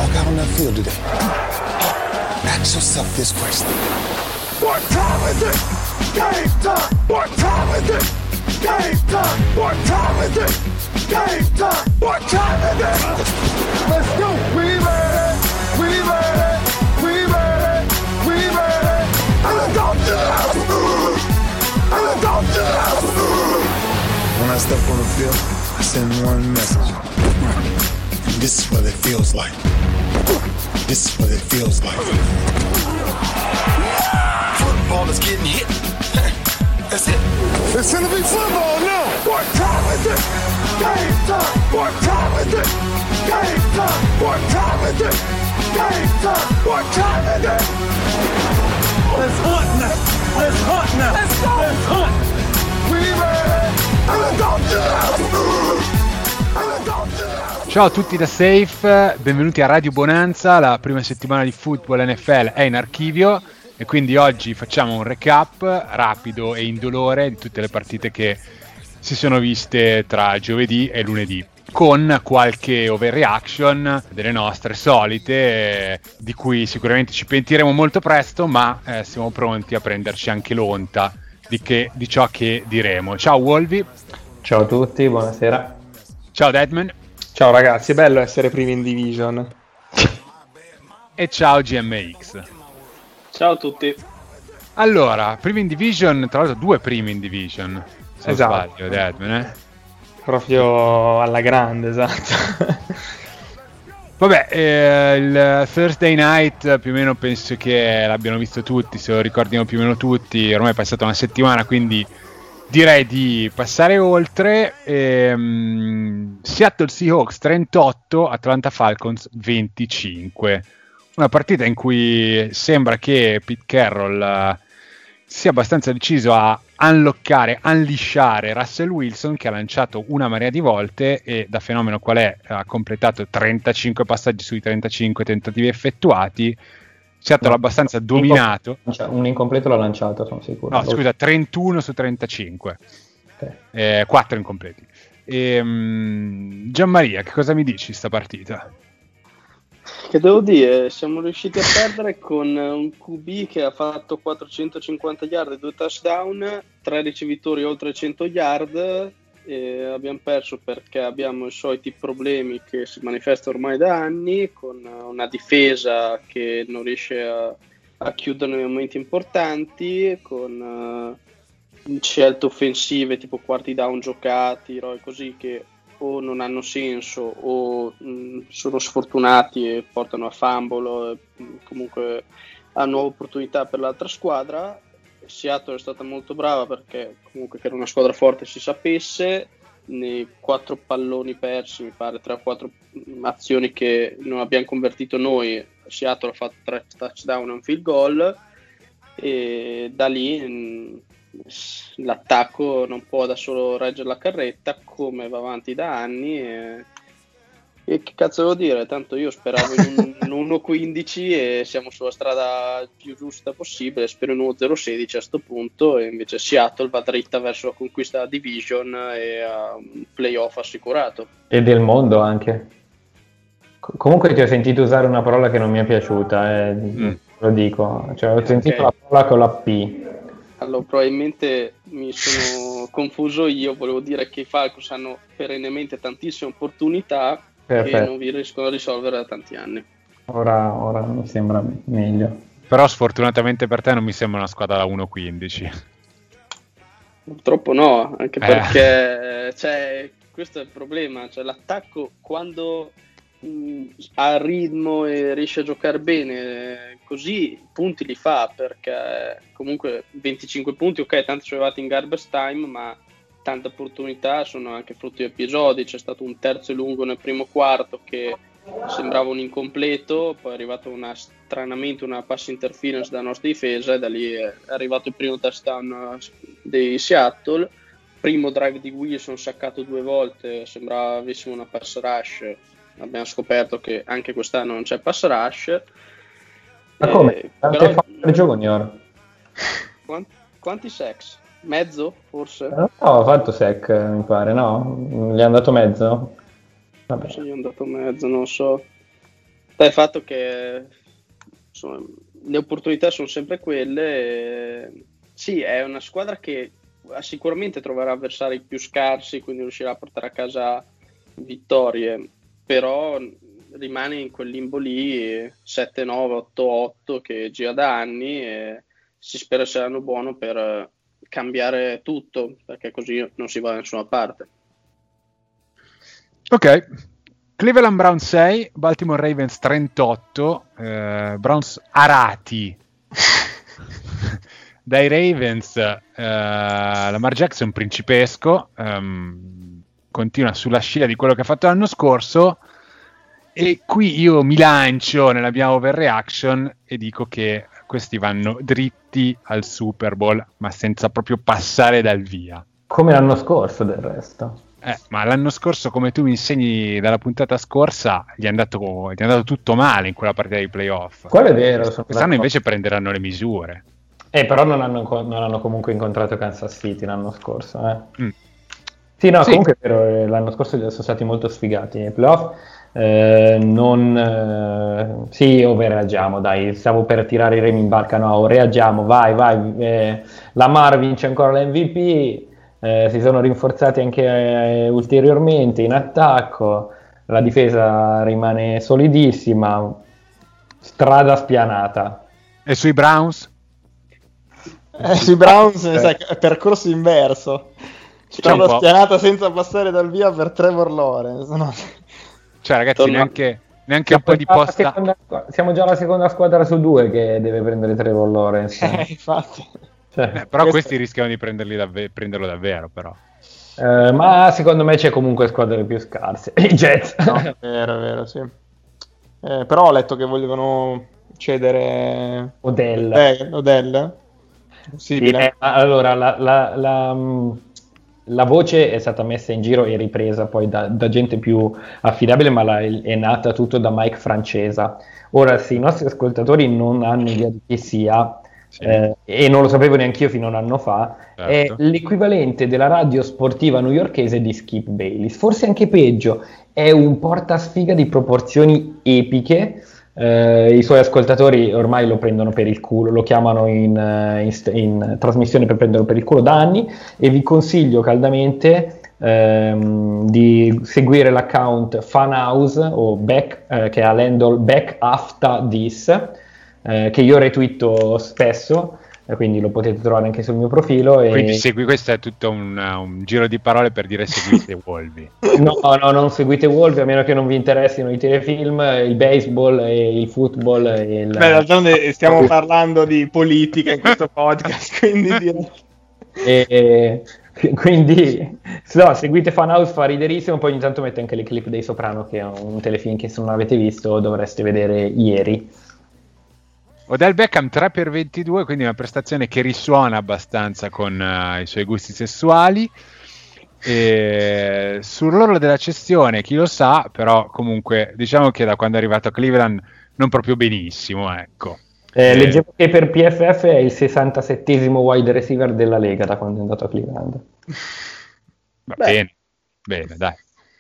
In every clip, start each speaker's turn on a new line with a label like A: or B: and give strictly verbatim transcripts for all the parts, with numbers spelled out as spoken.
A: walk out on that field today, ask yourself this question. What time is it? Game time! What time is it? Game time! What time is it? Game time! What time is it? Let's go! We ready! We ready! We ready! We ready! I'm going to the house! I'm going to the house! When I step on the field, I send one message. This is what it feels like. This is what it feels like. Football is getting hit. That's it. It's gonna be football now. What time is it? Game time. What time is it? Game time. What time is it? Game time. What time is it? It's hot now. It's hot now. Let's go. It's hot. We ready? I'm going to the house. I'm going to the house.
B: Ciao a tutti da Safe, benvenuti a Radio Bonanza, la prima settimana di football N F L è in archivio e quindi oggi facciamo un recap rapido e indolore di tutte le partite che si sono viste tra giovedì e lunedì, con qualche overreaction delle nostre solite, eh, di cui sicuramente ci pentiremo molto presto, ma eh, siamo pronti a prenderci anche l'onta di, che, di ciò che diremo. Ciao Wolvi.
C: Ciao a tutti, buonasera.
B: Ciao Deadman.
D: Ciao ragazzi, è bello essere primi in division.
B: E ciao G M X.
E: Ciao a tutti.
B: Allora, primi in division, tra l'altro due primi in division. Se
D: Esatto.
B: non sbaglio, Deadman, eh?
D: Proprio alla grande, esatto.
B: Vabbè, eh, il Thursday night più o meno penso che l'abbiano visto tutti, se lo ricordino più o meno tutti, ormai è passata una settimana, quindi direi di passare oltre. ehm, Seattle Seahawks trentotto, Atlanta Falcons venticinque. Una partita in cui sembra che Pete Carroll uh, sia abbastanza deciso a unlockare, unleashare Russell Wilson, che ha lanciato una marea di volte e da fenomeno qual è ha completato trentacinque passaggi sui trentacinque tentativi effettuati. Seattle
C: No,
B: abbastanza dominato.
C: Un incompleto l'ha lanciato, sono sicuro.
B: No, scusa, trentuno su trentacinque.
C: Okay.
B: Eh, quattro incompleti. Ehm, Gianmaria, che cosa mi dici sta partita?
E: Che devo dire, siamo riusciti a perdere con un Q B che ha fatto quattrocentocinquanta yard e due touchdown, tre ricevitori oltre cento yard, e abbiamo perso perché abbiamo i soliti problemi che si manifestano ormai da anni, con una difesa che non riesce a, a chiudere nei momenti importanti, con uh, scelte offensive tipo quarti down giocati, robe così che o non hanno senso o mh, sono sfortunati e portano a fumble, e, mh, comunque a nuove opportunità per l'altra squadra. Seattle è stata molto brava perché comunque che era una squadra forte si sapesse. Nei quattro palloni persi, mi pare tre o quattro azioni che non abbiamo convertito noi, Seattle ha fatto tre touchdown e un field goal, e da lì mh, l'attacco non può da solo reggere la carretta come va avanti da anni, e, e che cazzo devo dire, tanto io speravo in un uno quindici e siamo sulla strada più giusta possibile, spero in uno zero sedici a sto punto, e invece Seattle va dritta verso la conquista della division e a un playoff assicurato.
C: E del mondo anche. Co- comunque ti ho sentito usare una parola che non mi è piaciuta, eh,
B: Mm.
C: lo dico, cioè ho sentito
E: Ok.
C: la parola con la P.
E: Allora, probabilmente mi sono confuso io, volevo dire che i Falcons hanno perennemente tantissime opportunità che
C: Perfetto.
E: non vi riescono a risolvere da tanti anni.
C: Ora, ora mi sembra meglio.
B: Però sfortunatamente per te non mi sembra una squadra da uno quindici.
E: Purtroppo no, anche
B: Eh.
E: perché cioè, questo è il problema, cioè, l'attacco quando mh, ha il ritmo e riesce a giocare bene, così i punti li fa, perché comunque venticinque punti, ok, tanto sono arrivati in garbage time, ma tante opportunità sono anche frutto di episodi. C'è stato un terzo e lungo nel primo quarto che sembrava un incompleto, poi è arrivato una, stranamente una pass interference dalla nostra difesa e da lì è arrivato il primo touchdown dei Seattle. Primo drive di Wilson saccato due volte, sembrava avessimo una pass rush, abbiamo scoperto che anche quest'anno non c'è pass rush.
C: Ma come?
E: Eh,
C: Tante
E: però-
C: fa junior?
E: Quanti, quanti sacks? Mezzo forse?
C: No, ha fatto sec, mi pare, no? Gli è andato mezzo? Vabbè.
E: Se gli è andato mezzo, non so. il fatto che insomma, le opportunità sono sempre quelle. E... Sì, è una squadra che sicuramente troverà avversari più scarsi, quindi riuscirà a portare a casa vittorie, però rimane in quel limbo lì sette nove, otto otto che gira da anni e si spera sia l'anno buono per cambiare tutto, perché così non si va da nessuna parte.
B: Ok, Cleveland Browns sei, Baltimore Ravens trentotto, eh, Browns arati dai Ravens. eh, Lamar Jackson principesco, ehm, continua sulla scia di quello che ha fatto l'anno scorso, e qui io mi lancio nella mia overreaction e dico che questi vanno dritti al Super Bowl, ma senza proprio passare dal via.
C: Come l'anno scorso, del resto.
B: Eh, ma l'anno scorso, come tu mi insegni dalla puntata scorsa, gli è andato, gli è andato tutto male in quella partita di playoff.
C: Quello è vero. Sono
B: Quest'anno
C: d'accordo.
B: invece prenderanno le misure.
C: Eh, però non hanno, non hanno comunque incontrato Kansas City l'anno scorso. Eh.
B: Mm.
C: Sì, no,
B: Sì.
C: comunque è vero, l'anno scorso sono stati molto sfigati nei playoff. Eh, non eh, sì, overreagiamo, dai, stavo per tirare i remi in barca, no, reagiamo, vai, vai, eh, Lamar vince ancora l'M V P, eh, si sono rinforzati anche eh, ulteriormente in attacco, la difesa rimane solidissima, strada spianata.
B: E sui Browns?
D: Eh, sui Browns eh. sai, è percorso inverso. Strada spianata senza passare dal via per Trevor Lawrence, no?
B: Cioè ragazzi,
E: Torna...
B: neanche, neanche un po' di posta.
C: Seconda, siamo già la seconda squadra su due che deve prendere Trevor Lawrence.
D: Eh, infatti.
C: Cioè,
B: Eh, però
D: questo...
B: questi rischiano di prenderli davve- prenderlo davvero, però.
C: Eh, ma secondo me c'è comunque squadre più scarse. I Jets.
D: No, è vero, è vero, sì. Eh, però ho letto che volevano cedere
C: Odell.
D: Eh, Odell?
C: Sì, eh, allora, la, la, la, la voce è stata messa in giro e ripresa poi da, da gente più affidabile, ma la, è nata tutto da Mike Francesa. Ora, se i nostri ascoltatori non hanno idea di chi sia, sì. eh, e non lo sapevo neanche io fino a un anno fa, certo. È l'equivalente della radio sportiva newyorkese di Skip Bayless, forse anche peggio, è un portasfiga di proporzioni epiche. Uh, i suoi ascoltatori ormai lo prendono per il culo, lo chiamano in, uh, in, in trasmissione per prenderlo per il culo da anni, e vi consiglio caldamente um, di seguire l'account Funhouse o back, uh, che ha l'handle Back After This, uh, che io retweeto spesso, uh, quindi lo potete trovare anche sul mio profilo. E...
B: Quindi segui, questo è tutto un, un giro di parole per dire seguite Wolvi.
C: No, no, non seguite Wolvi, a meno che non vi interessino i telefilm, il baseball e il football. E il...
D: Beh, d'altronde stiamo parlando di politica in questo podcast, quindi direi...
C: e, quindi no, seguite Funhouse, fa riderissimo, poi ogni tanto mette anche le clip dei Soprano, che è un telefilm che se non avete visto dovreste vedere ieri.
B: Odell Beckham tre per ventidue, quindi una prestazione che risuona abbastanza con uh, i suoi gusti sessuali. E sull'orlo della cessione chi lo sa, però comunque diciamo che da quando è arrivato a Cleveland non proprio benissimo, ecco.
C: Eh, e... leggevo che per P F F è il sessantasettesimo wide receiver della Lega da quando è andato a Cleveland.
B: Va bene, bene, dai.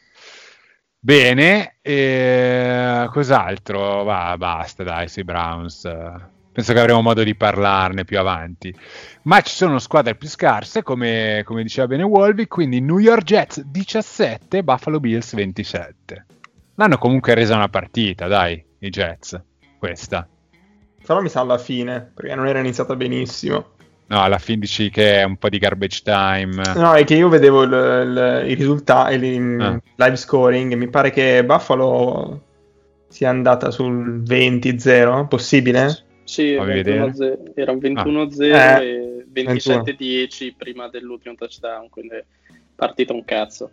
B: Bene, e... cos'altro? Va, basta, dai, sui Browns. Penso che avremo modo di parlarne più avanti. Ma ci sono squadre più scarse, come, come diceva bene Wolvi, quindi New York Jets diciassette, Buffalo Bills ventisette. L'hanno comunque resa una partita, dai, i Jets, questa.
D: Però mi sa alla fine, perché non era iniziata benissimo.
B: No, alla fine dici che è un po' di garbage time.
D: No, è che io vedevo il, il, i risultati, il ah. live scoring, e mi pare che Buffalo sia andata sul venti zero, possibile?
E: Sì, ventuno zero, era un ventuno zero ah. e ventisette dieci prima dell'ultimo touchdown, quindi partita un cazzo.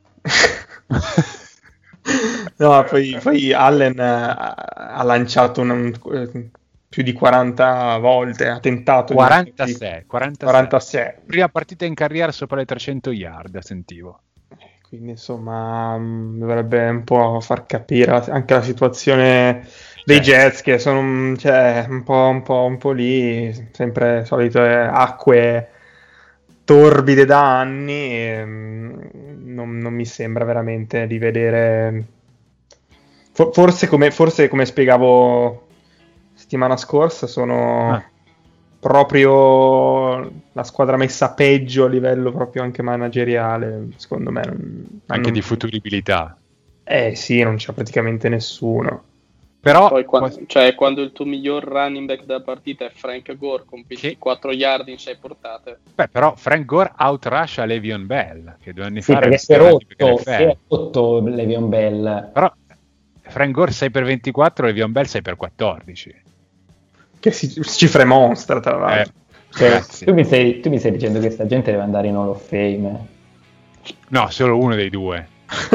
D: No, poi, poi Allen ha, ha lanciato un, un, più di quaranta volte, ha tentato
B: quarantasei,
D: di...
B: quarantasei.
D: quarantasei.
B: Prima partita in carriera sopra le trecento yard, sentivo.
D: Quindi insomma dovrebbe un po' far capire anche la situazione dei Jets, che sono cioè, un, po', un, po', un po' lì, sempre solite acque torbide da anni, e non, non mi sembra veramente di vedere forse, come, forse come spiegavo settimana scorsa, sono ah. proprio la squadra messa peggio a livello proprio anche manageriale, secondo me. Non,
B: anche
D: non...
B: di futuribilità.
D: Eh sì, non c'è praticamente nessuno.
E: Però poi quando, cioè, quando il tuo miglior running back della partita è Frank Gore con ventiquattro che... yard in sei portate.
B: Beh, però Frank Gore outrusha Le'Veon Bell, che due anni
C: sì,
B: fa
C: perché si è rotto, si è rotto Le'Veon Bell.
B: Però Frank Gore sei per ventiquattro, Le'Veon Bell sei per quattordici.
D: Che si, cifre monstre, tra l'altro.
C: Eh, cioè, tu, mi stai, tu mi stai dicendo che sta gente deve andare in Hall of Fame?
B: No, solo uno dei due.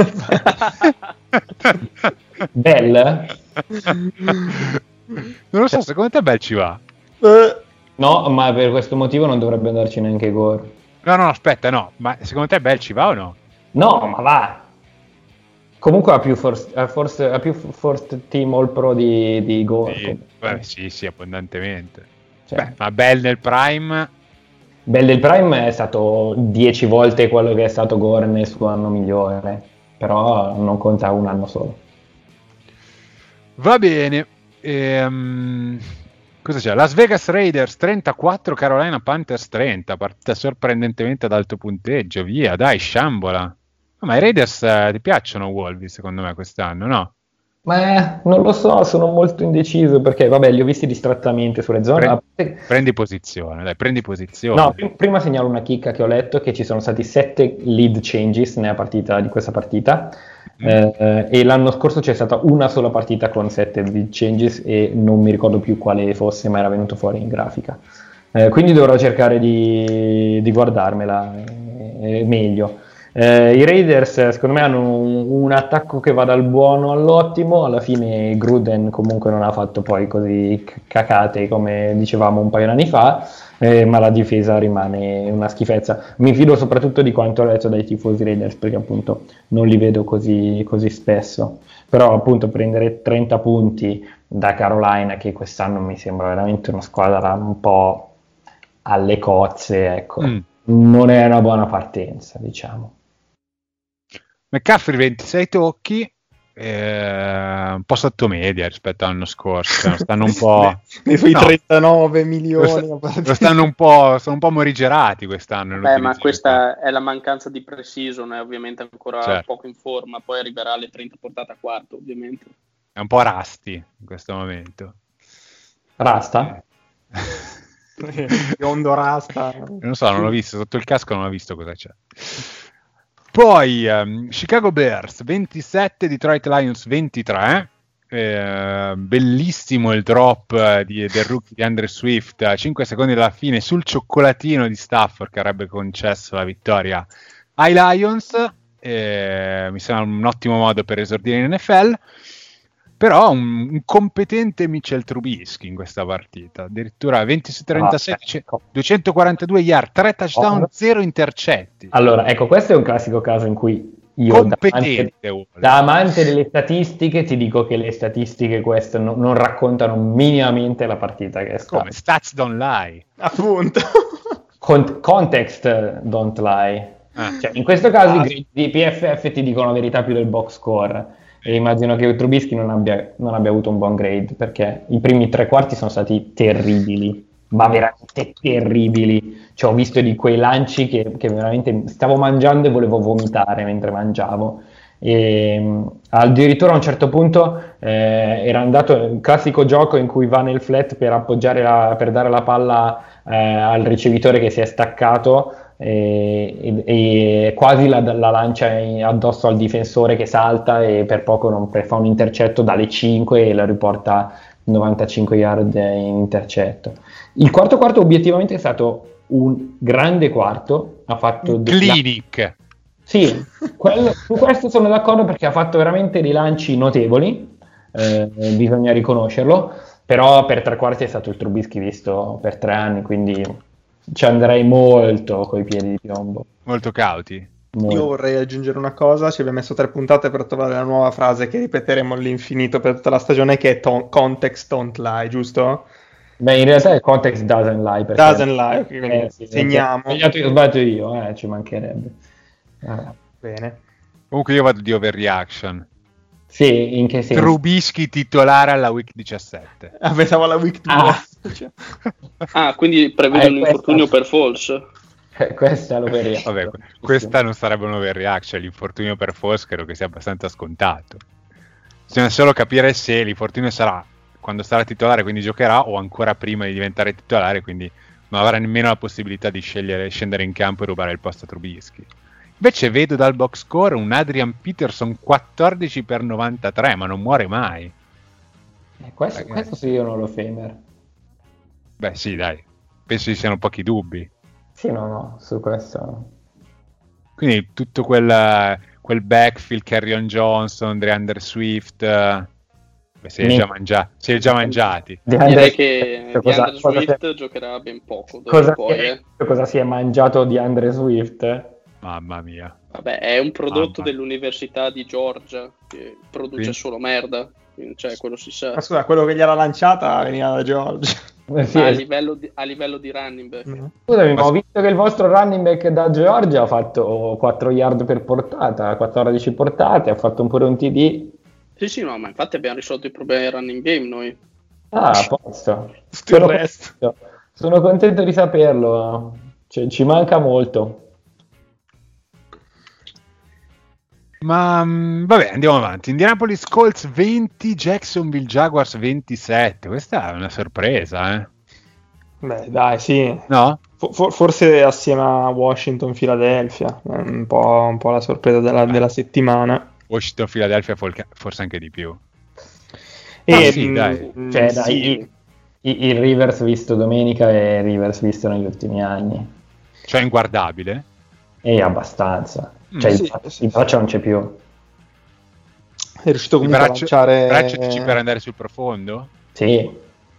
C: Bell?
B: Non lo so, secondo te Bell ci va?
C: No, ma per questo motivo non dovrebbe andarci neanche Gore.
B: No, no, aspetta, no, ma secondo te Bell ci va o no?
C: No, ma va. Comunque ha più force, ha forse, ha più first team all pro di, di Gore.
B: Sì, beh, sì, sì, abbondantemente.
C: Cioè,
B: beh, ma Bell nel prime...
C: Bell del prime è stato dieci volte quello che è stato Gore nel suo anno migliore, però non conta un anno solo.
B: Va bene. Ehm, cosa c'è? Las Vegas Raiders trentaquattro, Carolina Panthers trenta, partita sorprendentemente ad alto punteggio. Via, dai, sciambola. Ma i Raiders eh, ti piacciono Wolvi secondo me quest'anno, no?
C: Ma non lo so, sono molto indeciso perché, vabbè, li ho visti distrattamente sulle zone.
B: Prendi, prendi posizione, dai, prendi posizione.
C: No, pr- prima segnalo una chicca che ho letto, che ci sono stati sette lead changes nella partita di questa partita. Mm. Eh, e l'anno scorso c'è stata una sola partita con sette lead changes e non mi ricordo più quale fosse, ma era venuto fuori in grafica. Eh, quindi dovrò cercare di, di guardarmela eh, meglio. Eh, I Raiders secondo me hanno un, un attacco che va dal buono all'ottimo. Alla fine Gruden comunque non ha fatto poi così cacate come dicevamo un paio di anni fa, eh, ma la difesa rimane una schifezza. Mi fido soprattutto di quanto ho letto dai tifosi Raiders, perché appunto non li vedo così, così spesso, però appunto prendere trenta punti da Carolina, che quest'anno mi sembra veramente una squadra un po' alle cozze, ecco, mm. non è una buona partenza, diciamo.
B: McCaffrey ventisei tocchi, eh, un po' sotto media rispetto all'anno scorso, stanno un po'
D: nei suoi no, trentanove milioni,
B: lo, lo stanno un po', sono un po' morigerati quest'anno.
E: Beh, ma questa è la mancanza di pre-season, è ovviamente ancora certo. poco in forma, poi arriverà alle trenta portate a quarto, ovviamente.
B: È un po' rasti in questo momento.
C: Rasta?
D: Biondo rasta.
B: Non so, non l'ho visto, sotto il casco non ho visto cosa c'è. Poi um, Chicago Bears ventisette, Detroit Lions ventitré, eh, bellissimo il drop di, del rookie di Andre Swift a cinque secondi dalla fine sul cioccolatino di Stafford che avrebbe concesso la vittoria ai Lions, eh, mi sembra un ottimo modo per esordire in N F L. Però un, un competente Mitchell Trubisky in questa partita, addirittura ventisei trentasei, ah, duecentoquarantadue yard, tre touchdown, zero oh. intercetti.
C: Allora, ecco, questo è un classico caso in cui io da amante, da amante delle statistiche ti dico che le statistiche queste no, non raccontano minimamente la partita che è stata.
B: Come? Stats don't lie.
D: Appunto.
C: Con- context don't lie. Ah. Cioè, in questo caso ah. i, i P F F ti dicono la verità più del box score. E immagino che Trubisky non abbia, non abbia avuto un buon grade, perché i primi tre quarti sono stati terribili, ma veramente terribili. Cioè, ho visto di quei lanci che, che veramente stavo mangiando e volevo vomitare mentre mangiavo. E addirittura a un certo punto eh, era andato il classico gioco in cui va nel flat per appoggiare la, per dare la palla eh, al ricevitore che si è staccato. E, e, e quasi la, la lancia in, addosso al difensore che salta e per poco non fa un intercetto dalle cinque e la riporta novantacinque yard in intercetto. Il quarto quarto obiettivamente è stato un grande quarto, ha fatto
B: clinic
C: la... sì, quello, su questo sono d'accordo perché ha fatto veramente dei lanci notevoli, eh, bisogna riconoscerlo, però per tre quarti è stato il Trubisky visto per tre anni, quindi ci andrei molto coi piedi di piombo.
B: Molto cauti.
D: Molto. Io vorrei aggiungere una cosa, ci abbiamo messo tre puntate per trovare la nuova frase che ripeteremo all'infinito per tutta la stagione, che è to- context don't lie, giusto?
C: Beh, in realtà è context doesn't lie. Perché
D: doesn't lie, quindi eh, sì, segniamo.
C: Ho sbagliato io, eh, ci mancherebbe. Ah.
D: Bene.
B: Comunque io vado di overreaction.
C: Sì, in che senso?
B: Trubisky titolare alla week diciassette.
D: Ah, pensavo alla week due.
C: Ah,
E: Ah, quindi prevede
C: Eh,
E: un
C: questa-
E: infortunio per Falls.
C: Eh, questa è l'overreaction.
B: Vabbè, questa non sarebbe un overreaction, l'infortunio per Foles credo che sia abbastanza scontato. Bisogna solo capire se l'infortunio sarà quando sarà titolare, quindi giocherà, o ancora prima di diventare titolare, quindi non avrà nemmeno la possibilità di scegliere, scendere in campo e rubare il posto a Trubisky. Invece vedo dal box score un Adrian Peterson quattordici per novantatré, ma non muore mai.
C: Eh, questo, questo sì, io non lo famer.
B: Beh sì, dai, penso ci siano pochi dubbi.
C: Sì, no, no, su questo.
B: Quindi tutto quel, quel backfield, Carrion Johnson, DeAndre Swift, eh, beh, si è
C: Mi-
B: già, mangia- si è già mangiati.
C: DeAndre
E: Direi che
C: Swift, cosa-
E: DeAndre
C: cosa
E: Swift
C: si-
E: giocherà ben poco d'ora
C: Cosa,
E: in poi,
C: si è,
E: eh.
C: cosa si è mangiato di Andre Swift?
B: Mamma mia.
E: Vabbè, è un prodotto
B: Mamma.
E: dell'Università di Georgia che produce
B: Quindi-
E: solo merda, quindi, cioè quello si sa.
D: Ma scusa, quello che gliel'ha lanciata veniva da George.
C: Eh, sì,
E: Ma a
C: es-
E: livello di, a livello di running back.
D: Mm.
C: Scusami, ma
B: Ma-
C: ho visto che il vostro running back da Georgia ha fatto quattro yard per portata, quattordici portate, ha fatto un pure un T D.
E: Sì, sì, no, ma infatti abbiamo risolto i problemi del running game noi.
C: Ah, a posto.
D: Tutto il
C: Sono
D: resto.
C: contento, sono contento di saperlo. Cioè, ci manca molto.
B: Ma mh, vabbè, andiamo avanti. Indianapolis Colts venti, Jacksonville Jaguars ventisette. Questa è una sorpresa, eh?
D: Beh, dai, sì.
B: No?
D: Fo- for- forse assieme a Washington, Philadelphia, un po', un po' la sorpresa della, della settimana.
B: Washington, Philadelphia, folca- forse anche di più.
D: E,
B: Ah, sì,
D: mh,
B: dai.
D: mh,
C: Cioè,
D: sì.
C: dai, i- i- il Rivers visto domenica e il Rivers visto negli ultimi anni.
B: Cioè inguardabile.
C: E abbastanza.
B: Mm,
C: Cioè,
D: sì,
C: il, bra-
D: sì,
C: il braccio non c'è più.
D: È riuscito
B: Il
D: comunque
B: braccio,
D: a lanciare...
B: il braccio dici per andare sul profondo?
C: Sì.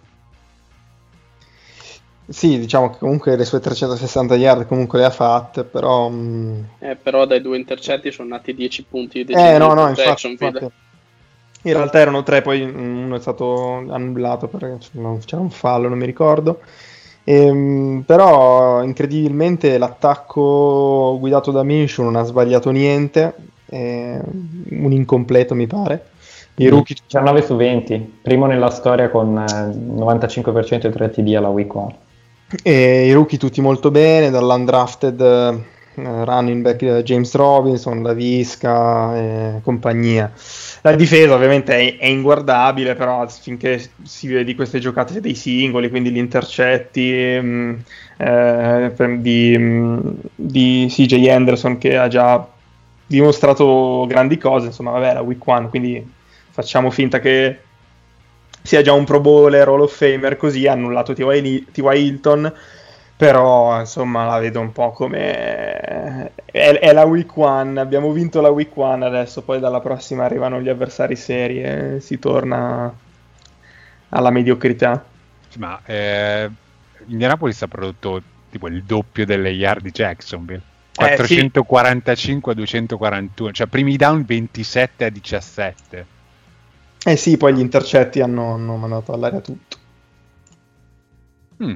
D: Sì, diciamo che comunque le sue trecentosessanta yard comunque le ha fatte, però... mh,
E: Eh, però dai due intercetti sono nati dieci punti di
D: Eh, no, no,
E: per
D: infatti,
E: Jacksonville.
D: infatti. In realtà erano tre, poi uno è stato annullato perché non- c'era un fallo, non mi ricordo. Ehm, però incredibilmente l'attacco guidato da Minshew non ha sbagliato niente, eh, un incompleto mi pare. I rookie,
C: diciannove su venti, primo nella storia con eh, novantacinque per cento di tre T D alla week one.
D: e i rookie tutti molto bene, dall'undrafted eh, running back eh, James Robinson, la Visca e compagnia. La difesa ovviamente è, è inguardabile, però finché si vede di queste giocate dei singoli, quindi gli intercetti mh, eh, per- di, mh, di C J Anderson che ha già dimostrato grandi cose, insomma vabbè la week one, quindi facciamo finta che sia già un Pro Bowler, Hall of Famer, così ha annullato T Y Hilton, però insomma la vedo un po' come è, è la week one, abbiamo vinto la week one, adesso poi dalla prossima arrivano gli avversari seri e si torna alla mediocrità.
B: Ma eh, Indianapolis ha prodotto tipo il doppio delle yard di Jacksonville. quattrocentoquarantacinque a duecentoquarantuno, cioè primi down ventisette a diciassette.
D: Eh sì, poi gli intercetti hanno, hanno mandato all'aria tutto.
B: Mm.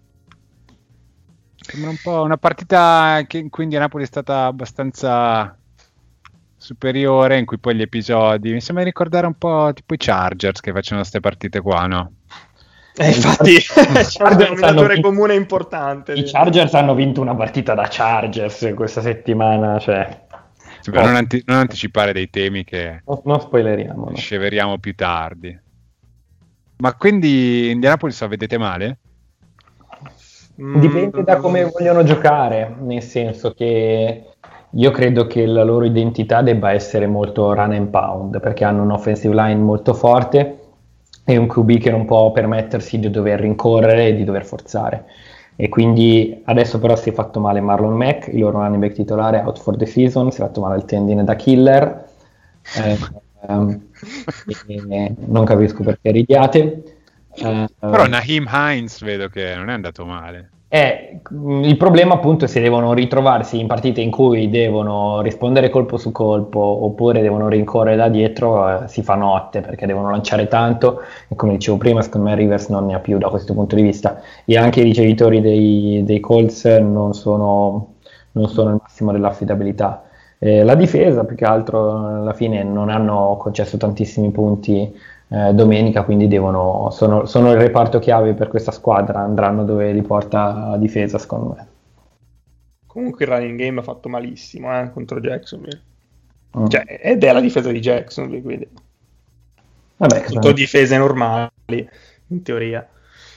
B: Sembra un po' una partita che in cui Indianapolis è stata abbastanza superiore, in cui poi gli episodi mi sembra di ricordare un po' tipo i Chargers che facevano queste partite qua, no?
D: Eh, infatti c'è un
C: hanno
D: denominatore
C: vinto-
D: comune importante.
C: I Chargers hanno vinto una partita da Chargers questa settimana, cioè
B: Sì, per non, anti- non anticipare dei temi che
C: non, non spoileriamo. No?
B: sceveriamo più tardi. Ma quindi Indianapolis la vedete male?
D: Mm,
C: Dipende da come vogliono giocare, nel senso che io credo che la loro identità debba essere molto run and pound, perché hanno un offensive line molto forte e un Q B che non può permettersi di dover rincorrere e di dover forzare. E quindi adesso però si è fatto male Marlon Mack, il loro running back titolare, out for the season, si è fatto male il tendine da killer. Eh, ehm, e non capisco perché ridiate. Eh,
B: Però Naheem Hines vedo che non è andato male.
C: Eh, il problema appunto è se devono ritrovarsi in partite in cui devono rispondere colpo su colpo oppure devono rincorrere da dietro, eh, si fa notte perché devono lanciare tanto e come dicevo prima secondo me Rivers non ne ha più da questo punto di vista e anche i ricevitori dei, dei Colts non sono, non sono al massimo dell'affidabilità. Eh, la difesa, più che altro, alla fine non hanno concesso tantissimi punti eh, domenica, quindi devono, sono, sono il reparto chiave per questa squadra, andranno dove li porta la difesa, secondo me.
D: Comunque il running game ha fatto malissimo eh, contro Jacksonville.
C: Mm.
D: Cioè, ed è la difesa di Jacksonville, quindi
C: Vabbè,
D: tutto difese normali, in teoria.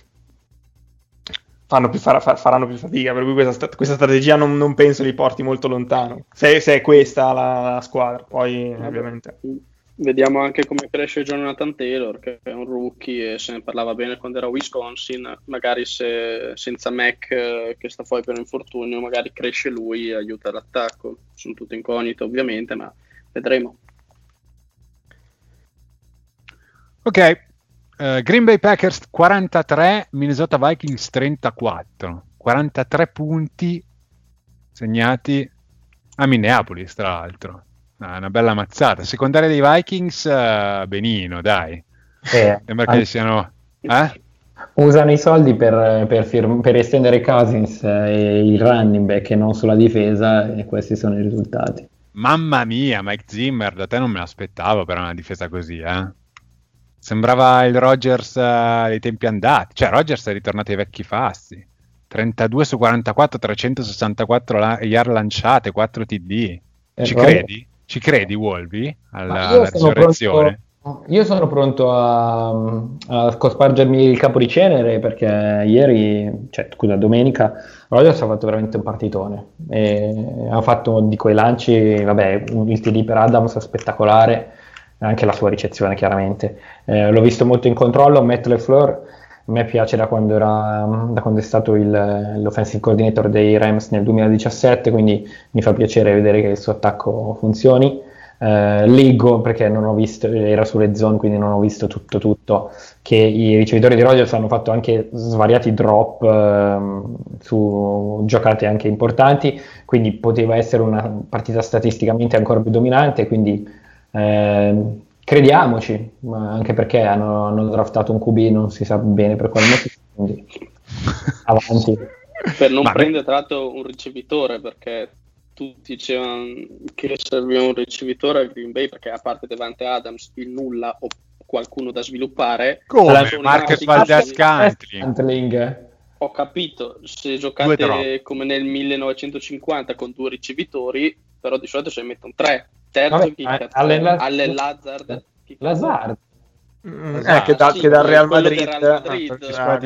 D: Fanno più far, far, faranno più fatica, per cui questa, questa strategia non, non penso li porti molto lontano, se, se è questa la, la squadra. Poi ovviamente
E: vediamo anche come cresce Jonathan Taylor, che è un rookie e se ne parlava bene quando era a Wisconsin. Magari se senza Mac eh, che sta fuori per infortunio, magari cresce lui e aiuta l'attacco. Sono tutte incognite ovviamente, ma vedremo.
B: Ok. Uh, Green Bay Packers quarantatré, Minnesota Vikings trentaquattro, quarantatré punti segnati a Minneapolis, tra l'altro. Ah, una bella mazzata. Secondaria dei Vikings, uh, benino, dai.
C: Eh,
B: Sembra che
C: anche...
B: siano... Eh?
C: Usano i soldi per, per, firm- per estendere Cousins e il running back e non sulla difesa, e questi sono i risultati.
B: Mamma mia, Mike Zimmer, da te non me l'aspettavo per una difesa così, eh? Sembrava il Rodgers uh, dei tempi andati. Cioè, Rodgers è ritornato ai vecchi fasti. trentadue su quarantaquattro, trecentosessantaquattro la- yard lanciate, quattro T D.
C: Eh,
B: Ci
C: Rod-
B: credi? Ci credi, Wolvi? Alla,
C: Ma
B: alla
C: io sono
B: risurrezione?
C: pronto, io sono pronto a, a cospargermi il capo di cenere, perché ieri, cioè scusa, domenica, Rodgers ha fatto veramente un partitone. E ha fatto di quei lanci, vabbè, il T D per Adams spettacolare, anche la sua ricezione chiaramente. Eh, l'ho visto molto in controllo. Matt LeFleur a me piace da quando, era, da quando è stato il, l'offensive coordinator dei Rams nel duemiladiciassette, quindi mi fa piacere vedere che il suo attacco funzioni. Eh, leggo, perché non ho visto, era sulle zone, quindi non ho visto tutto tutto, che i ricevitori di Rodgers hanno fatto anche svariati drop ehm, su giocate anche importanti, quindi poteva essere una partita statisticamente ancora più dominante, quindi Eh, crediamoci, ma anche perché hanno, hanno draftato un Q B, non si sa bene per quale motivo, quindi avanti.
E: Per non
B: Ma
E: prendere tra l'altro un ricevitore, perché tutti dicevano che serviva un ricevitore a Green Bay, perché a parte Devante Adams il nulla o qualcuno da sviluppare.
B: Come?
E: sono
B: Marcus
E: rimasti
B: Valdez
E: così.
B: Scantling.
E: Ho capito, se
B: Due
E: giocate
B: drop.
E: come nel millenovecentocinquanta con due ricevitori, però di solito se ne mettono tre. Terzo
C: Vabbè,
E: chi
C: a-
E: cazzo
C: Allen
E: è?
C: Laz-
E: Allen Lazard. Chi cazzo è?
C: Lazard.
D: Mm,
C: Esatto.
D: eh, che, da,
E: Sì,
D: che dal Real
E: quello
D: Madrid,
E: del Real Madrid,
D: eh, per
E: esatto.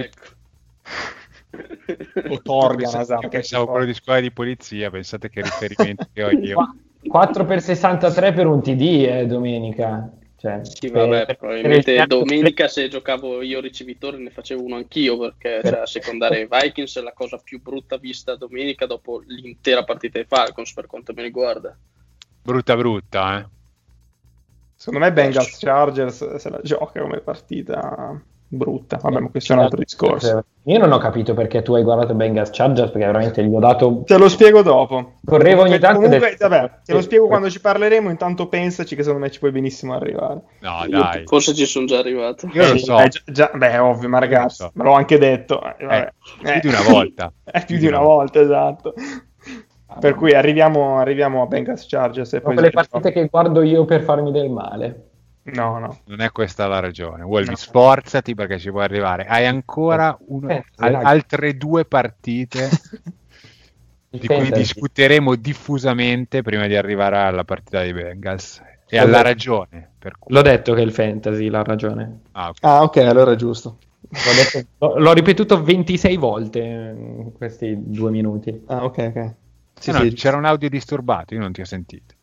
D: giocare- o Torgan,
B: Pensavo,
D: esatto,
B: pensavo quello di squadra di polizia, pensate che riferimento che ho io.
C: Qua- quattro per sessantatré per un T D, eh, domenica. Cioè,
E: Sì,
C: per-
E: vabbè,
C: per-
E: probabilmente
C: per il-
E: domenica se giocavo io ricevitore ne facevo uno anch'io, perché
C: Per-
E: cioè, la secondaria dei Vikings è la cosa più brutta vista domenica dopo l'intera partita dei Falcons, per quanto mi riguarda.
B: Brutta brutta, eh.
D: Secondo me Bengals Chargers se la gioca come partita brutta. Vabbè, ma questo è un altro discorso.
C: Io non ho capito perché tu hai guardato Bengals Chargers, perché veramente gli ho dato...
D: Te lo spiego dopo.
C: Correvo ogni tanto e
D: Comunque,
C: detto-
D: vabbè, te lo spiego quando ci parleremo. Intanto pensaci che secondo me ci puoi benissimo arrivare.
B: No,
E: Io
B: dai.
E: forse ci sono già arrivato.
B: Io lo
D: Sì,
B: so.
D: beh, già, già- beh, ovvio, ma ragazzi,
B: Lo so.
D: me l'ho anche detto. Eh, vabbè.
B: più di una volta.
D: Eh, più di una volta, esatto. Per cui arriviamo, arriviamo a Bengals Chargers e
C: Sono
D: poi
C: quelle
D: smetto.
C: partite che guardo io per farmi del male.
D: No, no.
B: Non è questa la ragione. Wolvi,
D: No.
B: sforzati perché ci puoi arrivare. Hai ancora uno-
C: Eh,
B: al-
C: dai.
B: altre due partite
C: Il
B: di cui
C: fantasy.
B: discuteremo diffusamente prima di arrivare alla partita dei Bengals. E
C: L'ho
B: alla
C: detto.
B: ragione. Per cui...
C: L'ho detto che è il fantasy, l'ha ragione.
B: Ah, ok.
D: Ah, ok, allora è giusto.
C: L'ho, detto- l'ho- l'ho ripetuto ventisei volte in questi due minuti.
D: Ah, ok, ok. Sì,
B: Eh no,
D: sì,
B: c'era un audio disturbato, io non ti ho sentito.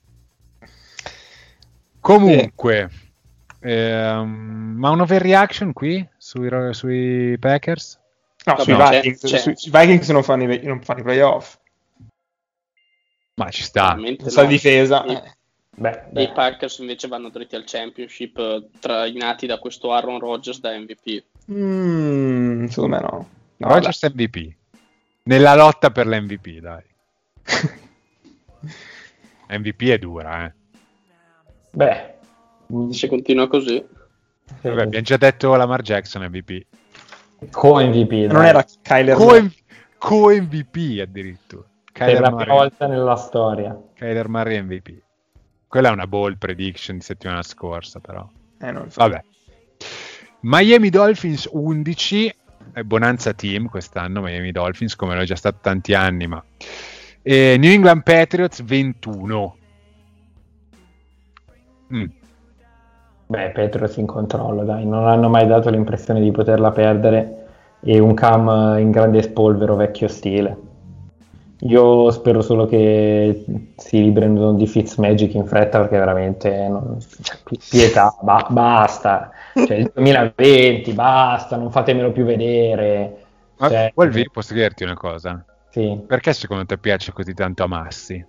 B: Comunque, ehm, ma un overreaction qui sui, sui Packers?
D: No,
E: Vabbè,
D: sui
E: c'è-
D: Vikings,
E: c'è.
D: sui- sui Vikings non fanno i, non fanno i playoff.
B: Ma ci sta.
E: Veramente
D: Questa
E: no.
D: difesa.
E: E-
D: eh.
C: Beh,
E: E i
C: beh.
E: Packers invece vanno dritti al championship, eh, trainati da questo Aaron Rodgers da M V P.
D: Mm, secondo me no. No,
B: Rodgers M V P. Nella lotta per l'M V P, dai. M V P è dura, eh.
C: Beh.
E: Se continua così.
B: Vabbè, abbiamo già detto Lamar Jackson M V P.
C: Co-M V P.
D: dai.
C: dai.
D: Non era Kyler
B: Co-M- Co-M V P addirittura.
C: per la prima volta nella storia.
B: Kyler Murray M V P. Quella è una bold prediction di settimana scorsa, però.
D: Eh, non so.
B: Vabbè. Miami Dolphins undici, è bonanza team quest'anno, Miami Dolphins, come l'ho già stato tanti anni, ma... E New England Patriots ventuno. Mm.
C: Beh, Patriots in controllo, dai, non hanno mai dato l'impressione di poterla perdere, e un Cam in grande spolvero vecchio stile. Io spero solo che si librino di Fitzmagic in fretta, perché veramente non... cioè, pietà, ba- basta, cioè il duemilaventi, basta, non fatemelo più vedere.
B: Ma
C: cioè...
B: Wolvi, posso chiederti una cosa?
C: Sì.
B: Perché secondo te piace così tanto a Massi?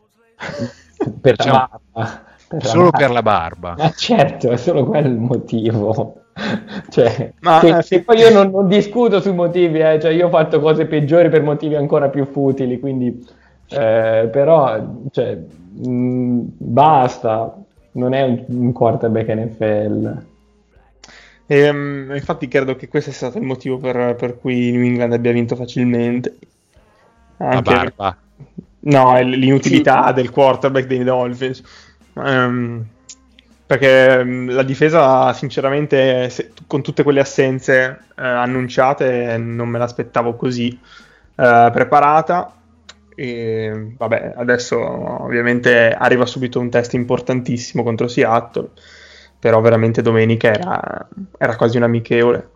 C: Per
B: Diciamo,
C: la barba. Per
B: solo
C: la
B: per la barba.
C: Ma certo, è solo quello il motivo. Cioè,
D: Ma,
C: se,
D: eh,
C: se poi io non, non discuto sui motivi, eh, cioè io ho fatto cose peggiori per motivi ancora più futili, quindi eh, però cioè, mh, basta, non è un, un quarterback N F L.
D: Ehm, infatti credo che questo sia stato il motivo per, per cui New England abbia vinto facilmente.
B: La
D: Anche...
B: barba.
D: No, è l'inutilità del quarterback dei Dolphins. Um, perché um, la difesa, sinceramente, se, con tutte quelle assenze uh, annunciate, non me l'aspettavo così uh, preparata. E vabbè, adesso ovviamente arriva subito un test importantissimo contro Seattle, però veramente domenica era, era quasi un amichevole.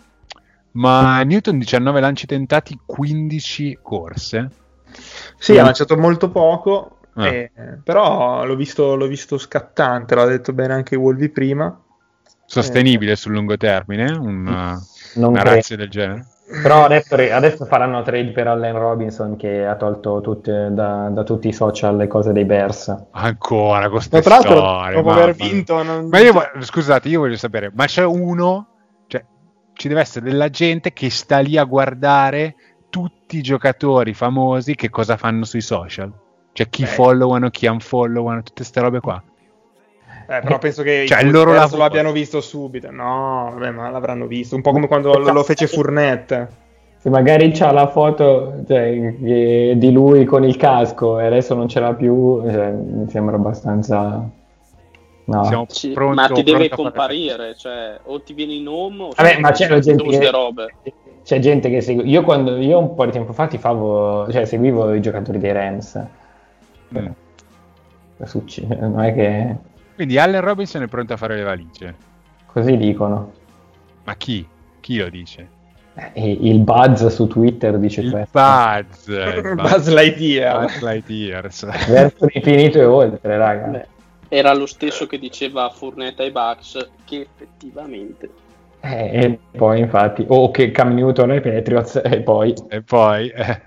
B: Ma Newton diciannove lanci tentati, quindici corse.
D: Sì, ha lanciato molto poco.
B: Ah.
D: Eh, però l'ho visto, l'ho visto scattante, l'ha detto bene anche Wolvi prima.
B: Sostenibile eh. sul lungo termine, una, una razza del genere.
C: Però adesso, adesso faranno trade per Allen Robinson, che ha tolto tutte, da, da tutti i social le cose dei Bears.
B: Ancora con queste
D: tra l'altro,
B: storie,
D: dopo aver vinto non...
B: ma io scusate, io voglio sapere, ma c'è uno, cioè ci deve essere della gente che sta lì a guardare tutti i giocatori famosi che cosa fanno sui social, cioè chi Beh. followano, chi unfollowano, tutte ste robe qua.
D: Eh, però penso che
B: cioè,
D: il
B: loro
D: lo abbiano visto subito. No, vabbè, ma l'avranno visto. Un po' come quando lo, lo fece Fournette.
C: Se magari c'ha la foto cioè, di lui con il casco e adesso non ce l'ha più, cioè, mi sembra abbastanza... No.
E: Siamo sì, pronto, ma ti deve comparire, cioè, o ti vieni in home o
C: vabbè, ma c'è gente che,
E: robe.
C: C'è gente che segue. Io quando io un po' di tempo fa ti favo, cioè seguivo i giocatori dei Rams.
B: Mm.
C: Succede, non è che...
B: Quindi Allen Robinson è pronto a fare le valigie.
C: Così dicono.
B: Ma chi? Chi lo dice?
C: Eh, il Buzz su Twitter dice
B: il
C: questo.
B: Buzz, il Buzz.
D: Buzz Lightyear.
B: Buzz Lightyear.
C: Verso l'infinito e oltre, raga.
E: Beh, era lo stesso che diceva Fournette ai Bucks, che effettivamente...
C: Eh, e poi infatti... O oh, che Cam Newton ai Patriots, e poi...
B: E poi... Eh.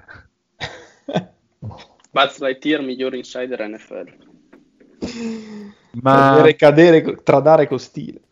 E: Buzz Lightyear, miglior insider N F L.
B: Ma
D: cadere, cadere, tradare con stile.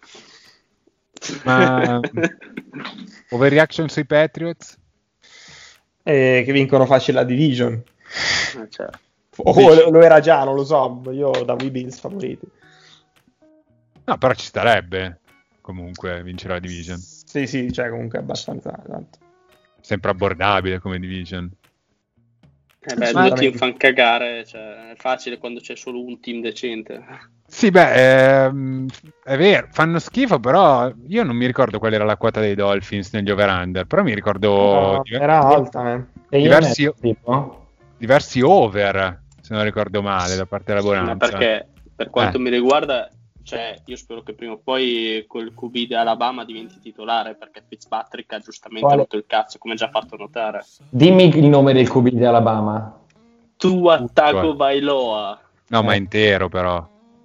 B: Ma overreaction sui Patriots?
D: Eh, che vincono facile la division.
E: Eh, certo.
D: Oh, lo, lo era già, non lo so. Io davo i Bills favoriti.
B: No, però ci starebbe comunque vincere la division.
D: Sì, sì, cioè comunque è abbastanza tanto.
B: Sempre abbordabile come division.
E: Eh beh, due team fanno cagare, cioè, è facile quando c'è solo un team decente.
B: Sì, beh, ehm, è vero, fanno schifo, però io non mi ricordo qual era la quota dei Dolphins negli over-under, però mi ricordo...
D: No,
B: diver-
D: era alta, eh.
B: diversi,
C: tipo?
B: diversi over, se non ricordo male, da parte della Bonanza.
E: Ma perché, per quanto
B: Eh.
E: mi riguarda, cioè, io spero che prima o poi col Q B di Alabama diventi titolare, perché Fitzpatrick ha giustamente
C: Quale?
E: rotto il cazzo, come già fatto notare.
C: Dimmi il nome del Q B di Alabama.
E: Tua Tagovailoa.
B: No,
C: Eh.
B: ma intero però.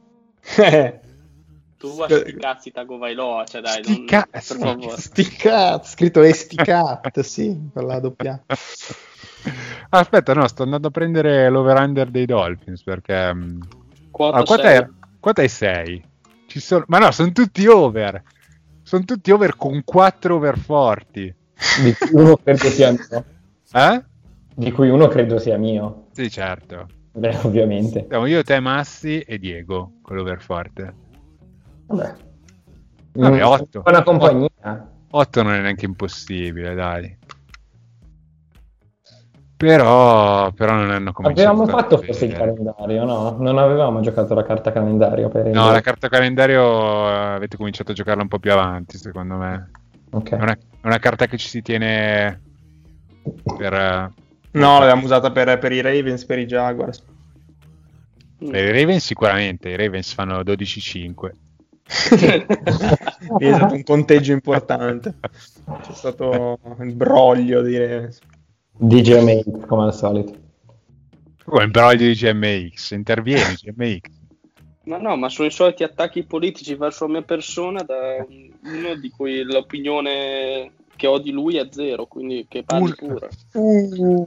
E: Tua sti cazzi Tagovailoa, cioè dai,
B: Sti
E: non,
B: cazzi.
E: per favore.
D: Sti cazzo, scritto Esticat, sì, per la doppia.
B: Aspetta, no, sto andando a prendere l'over-under dei Dolphins, perché... mh,
E: Quota
B: ah, quota
E: sei.
B: è, quota è sei. Ci sono... Ma no, sono tutti over. Sono tutti over con quattro over forti.
C: Di cui uno credo sia mio.
B: Eh?
C: Di cui uno credo sia mio.
B: Sì, certo.
C: Beh, ovviamente.
B: Siamo io, te, Massi e Diego, con l'over forte.
C: Vabbè.
B: Vabbè,
C: Mm,
B: otto.
C: Buona compagnia.
B: otto non è neanche impossibile, dai. Però, però non hanno cominciato.
C: Avevamo fatto forse il calendario, no? Non avevamo giocato la carta calendario per il...
B: No, la carta calendario avete cominciato a giocarla un po' più avanti, secondo me.
C: Okay.
B: È una, è una carta che ci si tiene per...
D: No, l'abbiamo usata per, per i Ravens, per i Jaguars.
B: Per i Ravens sicuramente, i Ravens fanno dodici cinque.
D: È stato un conteggio importante. C'è stato il broglio di Ravens.
C: D J M X come al solito.
B: Oh, il broglio di G M X, intervieni G M X.
E: Ma no, ma sono i soliti attacchi politici verso la mia persona da uno di cui l'opinione che ho di lui è zero, quindi che parli pure.
D: Uh.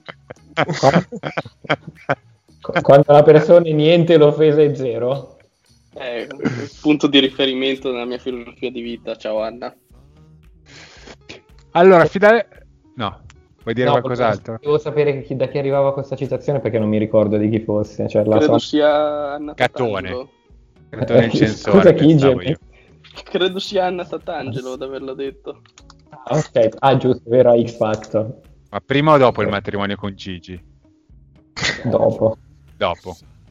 C: Quando la persona è niente, l'offesa è zero?
E: È il punto di riferimento nella mia filosofia di vita. Ciao Anna.
B: Allora, fidare... No, vuoi dire
C: No,
B: qualcos'altro?
C: Devo sapere chi, da chi arrivava questa citazione perché non mi ricordo di chi fosse. Cioè, la
E: Credo
C: so...
E: sia Anna
B: Catone.
E: Tatangelo.
B: Catone il censore,
C: Scusa, chi
B: pensavo
C: G M?
B: io.
E: Credo sia Anna Tatangelo ad averlo detto.
C: Ah, ok. Ah, giusto, vero, a X Factor.
B: Ma prima o dopo il matrimonio con Gigi?
C: Dopo.
B: Dopo.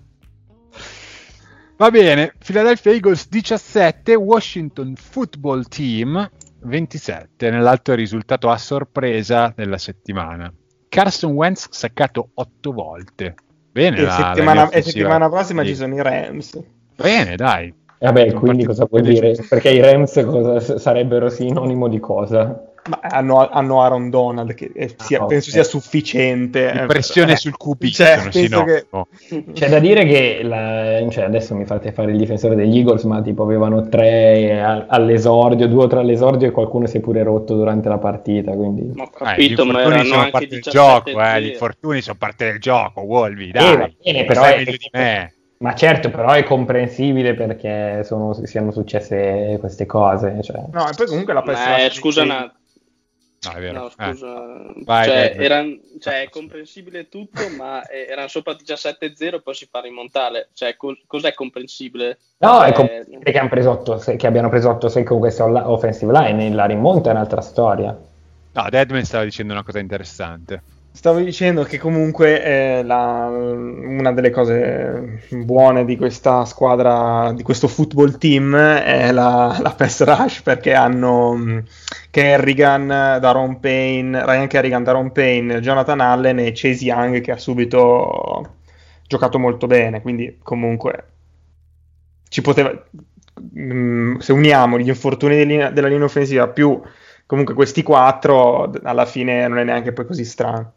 B: Va bene, Philadelphia Eagles diciassette, Washington Football Team ventisette, nell'altro risultato a sorpresa della settimana. Carson Wentz saccato otto volte. Bene,
D: E
B: la,
D: settimana,
B: la
D: e settimana prossima
B: sì.
D: ci sono i Rams.
B: Bene, dai.
C: E vabbè,
B: Sono
C: quindi
B: partiti
C: cosa vuol
B: decisi.
C: dire? Perché i Rams cosa, sarebbero sinonimo di cosa?
D: Ma hanno, hanno Aaron Donald che è- sia-
C: Ah,
D: penso
C: ok.
D: sia sufficiente.
B: Di
D: eh,
B: pressione
D: eh,
B: sul Q B,
D: cioè,
B: sono
D: penso che-
B: sinonimo.
C: C'è da dire che la- cioè adesso mi fate fare il difensore degli Eagles, ma tipo avevano tre a- all'esordio, due o tre all'esordio e qualcuno si è pure rotto durante la partita, quindi...
E: Ma ho
B: Eh, gli
E: capito, ma
B: infortuni
E: erano
B: sono
E: anche
B: parte del
E: diciassette
B: gioco, eh,
E: zero.
B: gli infortuni sono parte del gioco, Wolvi,
C: Eh,
B: dai.
C: va bene,
B: Lo
C: però
B: sai
C: è-
B: meglio di me.
C: Ma certo, però è comprensibile perché sono, siano successe queste cose. Cioè.
D: No, e poi comunque la
E: Ma
D: pass
E: è,
D: rush
E: scusa,
D: dei-
E: una...
B: No, è vero.
E: No,
B: Eh.
E: scusa.
B: Vai,
E: cioè,
B: vai, vai.
E: eran- cioè, è comprensibile tutto, ma eh, erano sopra diciassette zero e poi si fa rimontare. Cioè, co- cos'è comprensibile?
C: No,
E: Cioè,
C: è comprensibile che, hanno preso otto, che abbiano preso otto sei con questa all- offensive line, la rimonta è un'altra storia.
B: No, Deadman stava dicendo una cosa interessante.
D: Stavo dicendo che comunque eh, la- una delle cose buone di questa squadra, di questo football team, è la, la pass rush, perché hanno mh, Kerrigan, Daron Payne, Ryan Kerrigan, Daron Payne, Jonathan Allen e Chase Young che ha subito giocato molto bene, quindi comunque ci poteva... mh, se uniamo gli infortuni di linea- della linea offensiva più comunque questi quattro, alla fine non è neanche poi così strano.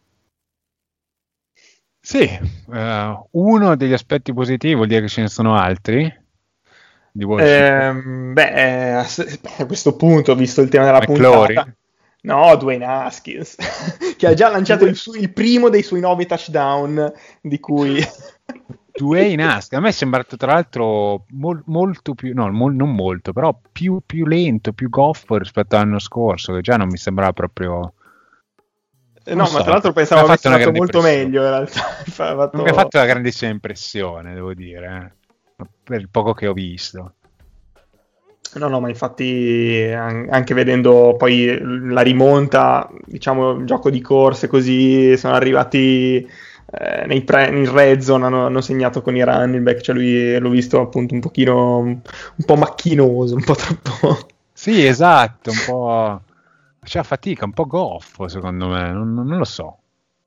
B: Sì, eh, uno degli aspetti positivi vuol dire che ce ne sono altri di Washington.
D: Ehm, beh, eh, a s- a questo punto, visto il tema della
B: McLaurin?
D: puntata, no, Dwayne Haskins, che ha già lanciato il, su- il primo dei suoi nove touchdown, di cui...
B: Dwayne Haskins, a me è sembrato tra l'altro mol- molto più, no, mol- non molto, però più, più lento, più goffo rispetto all'anno scorso, che già non mi sembrava proprio...
D: Eh,
B: Non
D: no,
B: so,
D: ma tra l'altro
B: mi ha
D: pensavo
B: fatto
D: avesse
B: una
D: fatto
B: grande
D: molto
B: impressione.
D: meglio, in realtà. Ha fatto-
B: Non mi ha fatto una grandissima impressione, devo dire, eh, per il poco che ho visto.
D: No, no, ma infatti an- anche vedendo poi la rimonta, diciamo, il gioco di corse così, sono arrivati eh, nei pre- in red zone, hanno, hanno segnato con i running back, cioè lui l'ho visto appunto un pochino, un po' macchinoso, un po' troppo...
B: Sì, esatto, un po'... Faceva fatica, un po' goffo secondo me, non, non lo so.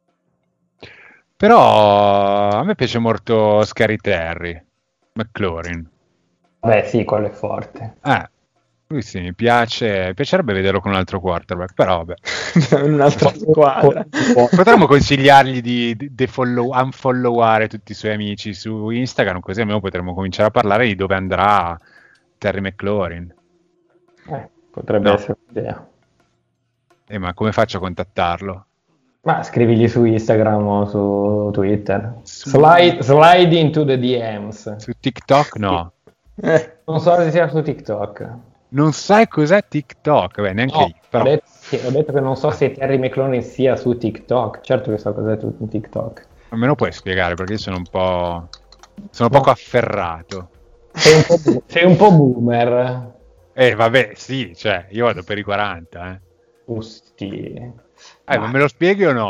B: Però a me piace molto Scary Terry, McLaurin.
C: Beh, sì, quello è forte.
B: Eh, lui sì, mi piace, mi piacerebbe vederlo con un altro quarterback, però vabbè.
D: in un'altra squadra.
B: Potremmo consigliargli di, di, di follow, unfolloware tutti i suoi amici su Instagram, così almeno potremmo cominciare a parlare di dove andrà Terry McLaurin.
C: Eh, potrebbe
B: No.
C: essere un'idea.
B: Eh, ma come faccio a contattarlo?
C: Ma scrivigli su Instagram o su Twitter.
B: Su-
C: Slide, slide into the D Ms.
B: Su TikTok no.
D: Eh,
C: Non so se sia su TikTok.
B: Non sai cos'è TikTok? Beh, neanche
C: No,
B: io. Però...
C: ho, detto, sì, ho detto che non so se Terry McLaurin sia su TikTok. Certo che so cos'è su TikTok.
B: Ma me lo puoi spiegare perché io sono un po'... sono poco afferrato.
C: Sei un po', bu- sei un po' boomer.
B: Eh, vabbè, sì, cioè, io vado per i quaranta, eh.
C: Usti.
B: Eh, ma me lo spieghi o no?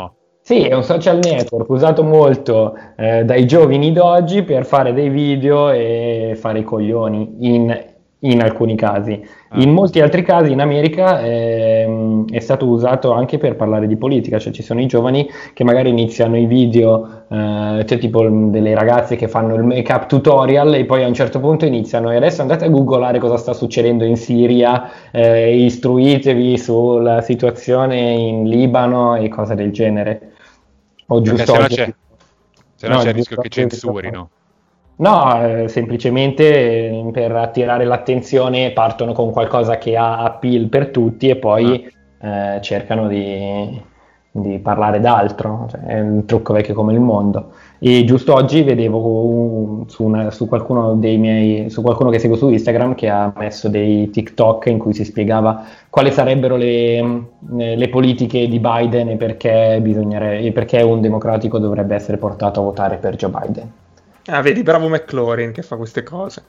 C: Sì, è un social network usato molto eh, dai giovani d'oggi per fare dei video e fare i coglioni in, in alcuni casi.
B: Ah.
C: In molti altri casi in America ehm, è stato usato anche per parlare di politica, cioè ci sono i giovani che magari iniziano i video, eh, cioè tipo l- delle ragazze che fanno il make-up tutorial e poi a un certo punto iniziano e adesso andate a googolare cosa sta succedendo in Siria, eh, istruitevi sulla situazione in Libano e cose del genere. O
B: Perché
C: giusto
B: se no
C: oggi-
B: c'è, se no
C: No,
B: c'è il
C: giusto
B: rischio che
C: oggi-
B: censurino.
C: No, eh, semplicemente eh, per attirare l'attenzione partono con qualcosa che ha appeal per tutti e poi eh, cercano di, di parlare d'altro, cioè, è un trucco vecchio come il mondo. E giusto oggi vedevo un- su, una- su qualcuno dei miei, su qualcuno che seguo su Instagram che ha messo dei TikTok in cui si spiegava quali sarebbero le, le politiche di Biden e perché, bisognere- e perché un democratico dovrebbe essere portato a votare per Joe Biden.
D: Ah, vedi, bravo McLaurin che fa queste cose.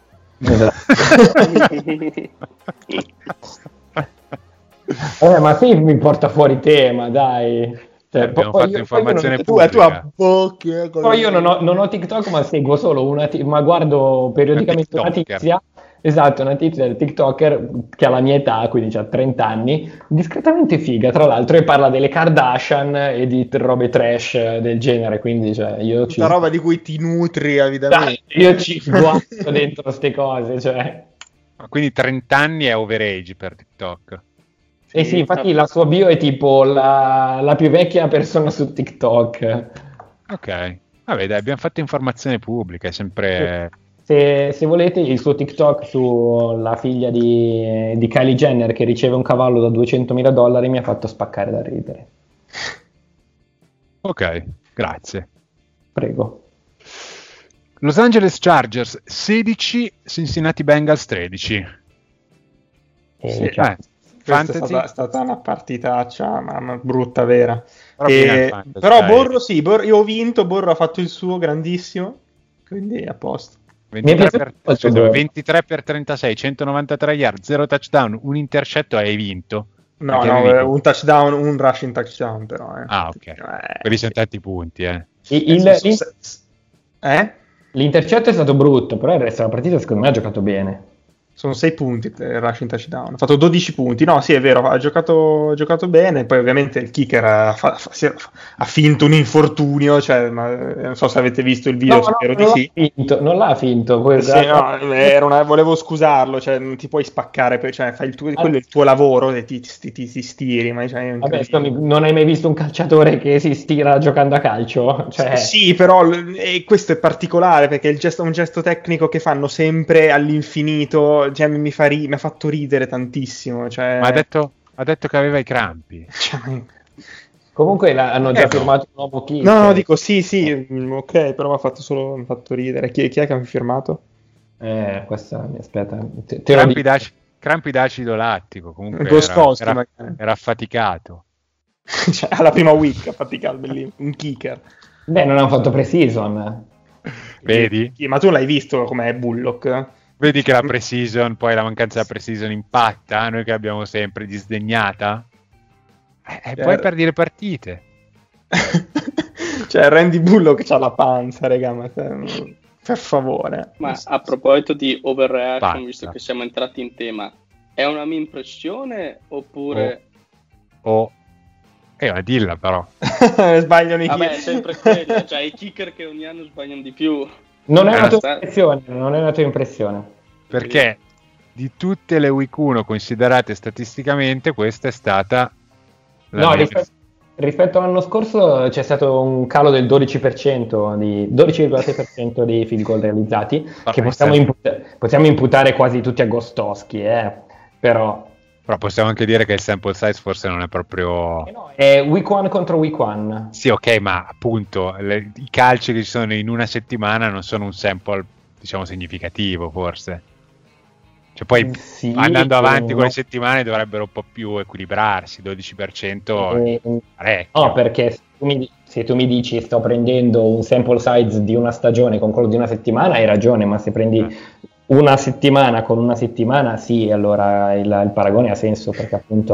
C: Eh, ma sì, mi porta fuori tema, dai. Cioè,
B: Abbiamo
C: poi
B: fatto
C: io- poi io non-
B: informazione
D: Tu, tu
B: pubblica.
D: a bocche.
C: Poi io non ho, non ho TikTok, ma seguo solo una, ti- ma guardo periodicamente
B: Una
C: una
B: TikToker.
C: tizia, esatto, una tizia del TikToker che ha la mia età, quindi ha trenta anni, discretamente figa, tra l'altro, e parla delle Kardashian e di t- robe trash del genere, quindi cioè, io ci,
D: Tutta roba di cui ti nutri
C: Dai,
D: avidamente.
C: io ci guardo dentro queste cose, cioè.
B: Ah, quindi trenta anni è overage per TikTok.
C: Eh sì, infatti la sua bio è tipo la, la più vecchia persona su TikTok.
B: Ok, vabbè dai, abbiamo fatto informazione pubblica, è sempre...
C: Se, se volete, il suo TikTok sulla figlia di, di Kylie Jenner che riceve un cavallo da duecentomila dollari mi ha fatto spaccare da ridere.
B: Ok, grazie.
C: Prego.
B: Los Angeles Chargers sedici, Cincinnati Bengals tredici.
C: Eh,
D: Sì,
C: cioè,
B: Eh,
D: Questa è
B: fantasy?
D: stata, è stata una partitaccia, ma ma brutta vera.
B: Però
D: E-
B: fino al fantasy,
D: però
B: dai.
D: Borro sì, Borro- io ho vinto, Borro ha fatto il suo grandissimo, quindi è a posto.
B: ventitré,
C: Mi è
B: per,
C: piaciuto molto
B: scusami,
C: Borro.
B: ventitré per trentasei, centonovantatré yard, zero touchdown, un intercetto e hai vinto.
D: No,
B: Perché
D: no,
B: avevi-
D: eh, un touchdown, un rushing touchdown però. Eh.
B: Ah, ok.
D: Eh,
B: Quelli sono tanti punti, eh.
C: il-
D: eh,
C: il-
D: so- so-
C: l'in-
D: se- s- eh?
C: l'intercetto è stato brutto, però il resto della partita secondo me ha giocato bene.
D: Sono sei punti il rushing touchdown. Ha fatto dodici punti. No, sì, è vero, ha giocato, ha giocato bene. Poi ovviamente il kicker ha, fa- fa- si è- ha finto un infortunio, cioè, ma, eh, non so se avete visto il video,
C: No, no,
D: spero di
C: non
D: sì.
C: l'ha finto, non l'ha finto. quel-
D: Sì, no, era una- volevo scusarlo, cioè non ti puoi spaccare, per- cioè, fai il tuo, quello è il tuo lavoro e ti, ti, ti- ti stiri, ma cioè, è
C: Vabbè,
D: incredibile.
C: Tommy, non hai mai visto un calciatore che si stira giocando a calcio? Cioè,
D: Sì, però l- e questo è particolare perché il gesto, è un gesto tecnico che fanno sempre all'infinito, cioè, mi, mi fa ri- mi ha fatto ridere tantissimo. Cioè,
B: Ma ha detto, ha detto che aveva i crampi.
D: cioè,
C: comunque la- hanno già
B: Eh, no.
C: firmato un nuovo kicker.
D: no, no, dico sì, sì, mm, ok, però mi ha fatto solo mi ha fatto ridere. Chi, chi è che ha firmato?
C: Eh, questa, aspetta, te, te lo
B: Crampi,
C: dico.
B: d'ac- crampi d'acido lattico, comunque era,
D: Gostkowski,
B: era,
D: magari.
B: era affaticato.
D: Cioè, alla prima week ha faticato, bellissimo, un kicker.
C: Beh, non hanno fatto pre-season.
B: Vedi?
D: Sì, ma tu l'hai visto com'è Bullock?
B: Vedi che la pre-season, poi la mancanza della pre-season impatta, noi che l'abbiamo sempre disdegnata. E
D: Eh,
B: poi perdi le partite.
D: Cioè, Randy Bullock c'ha la panza, raga, ma te- per favore.
E: Ma a proposito di overreaction,
B: Basta.
E: visto che siamo entrati in tema, è una mia impressione oppure...
B: O... Eh, ma dilla però.
D: Sbagliano i
E: Vabbè, è
D: kicker.
E: sempre quello, cioè i kicker che ogni anno sbagliano di più.
C: Non è
B: Eh,
C: una tua
E: sta-
C: impressione, non è una tua impressione.
B: Perché di tutte le week uno considerate statisticamente, questa è stata la
C: No,
B: mia-
C: rispetto, rispetto all'anno scorso c'è stato un calo del dodici per cento, di dodici virgola sei per cento dei field goal realizzati, che possiamo, imputa- possiamo imputare quasi tutti a Gostkowski, eh. Però
B: Però possiamo anche dire che il sample size forse non è proprio...
C: eh no, è week one contro week one.
B: Sì, ok, ma appunto le- i calci che ci sono in una settimana non sono un sample, diciamo, significativo, forse. Cioè poi
C: Sì,
B: andando avanti
C: no.
B: con le settimane dovrebbero un po' più equilibrarsi, dodici per cento
C: Eh,
B: parecchio.
C: No, perché se tu, mi, se tu mi dici sto prendendo un sample size di una stagione con quello di una settimana, hai ragione, ma se prendi
B: Eh.
C: una settimana con una settimana, sì, allora il, il paragone ha senso, perché appunto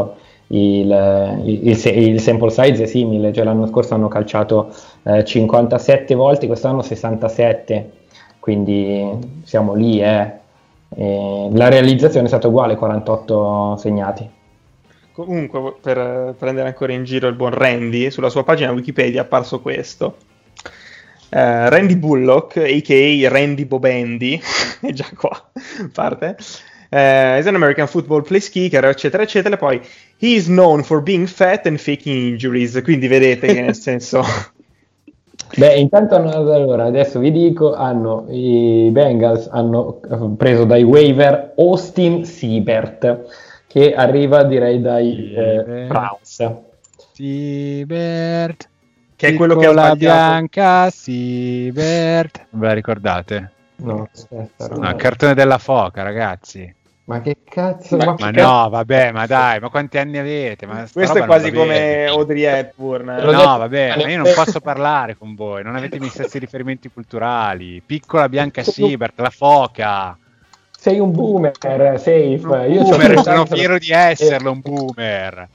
C: il, il, il sample size è simile, cioè l'anno scorso hanno calciato eh, cinquantasette volte, quest'anno sessantasette, quindi siamo lì, eh. E la realizzazione è stata uguale, quarantotto segnati.
D: Comunque, per prendere ancora in giro il buon Randy, sulla sua pagina Wikipedia è apparso questo. Uh, Randy Bullock, a k a. Randy Bobendi, è già qua, parte, uh, is an American football place kicker, eccetera, eccetera, poi he is known for being fat and faking injuries, quindi vedete che nel senso...
C: Beh, intanto allora, adesso vi dico, hanno i Bengals hanno preso dai waiver Austin Siebert, che arriva direi dai eh, Browns.
B: Siebert,
D: che è quello che ha
B: la bianca Siebert, ve la ricordate?
C: No, aspetta,
B: no, il cartone della foca, ragazzi.
C: Ma che cazzo?
B: Ma,
C: ma,
B: ma
C: che
B: no,
C: cazzo?
B: vabbè, ma dai, ma quanti anni avete? Ma
D: questo è quasi come Audrey Hepburn.
B: No, vabbè, ma io non posso parlare con voi, non avete i miei stessi riferimenti culturali. Piccola bianca Siebert, la foca.
C: Sei un boomer, safe.
B: Un
C: io
B: boomer, sono fiero di esserlo, un boomer.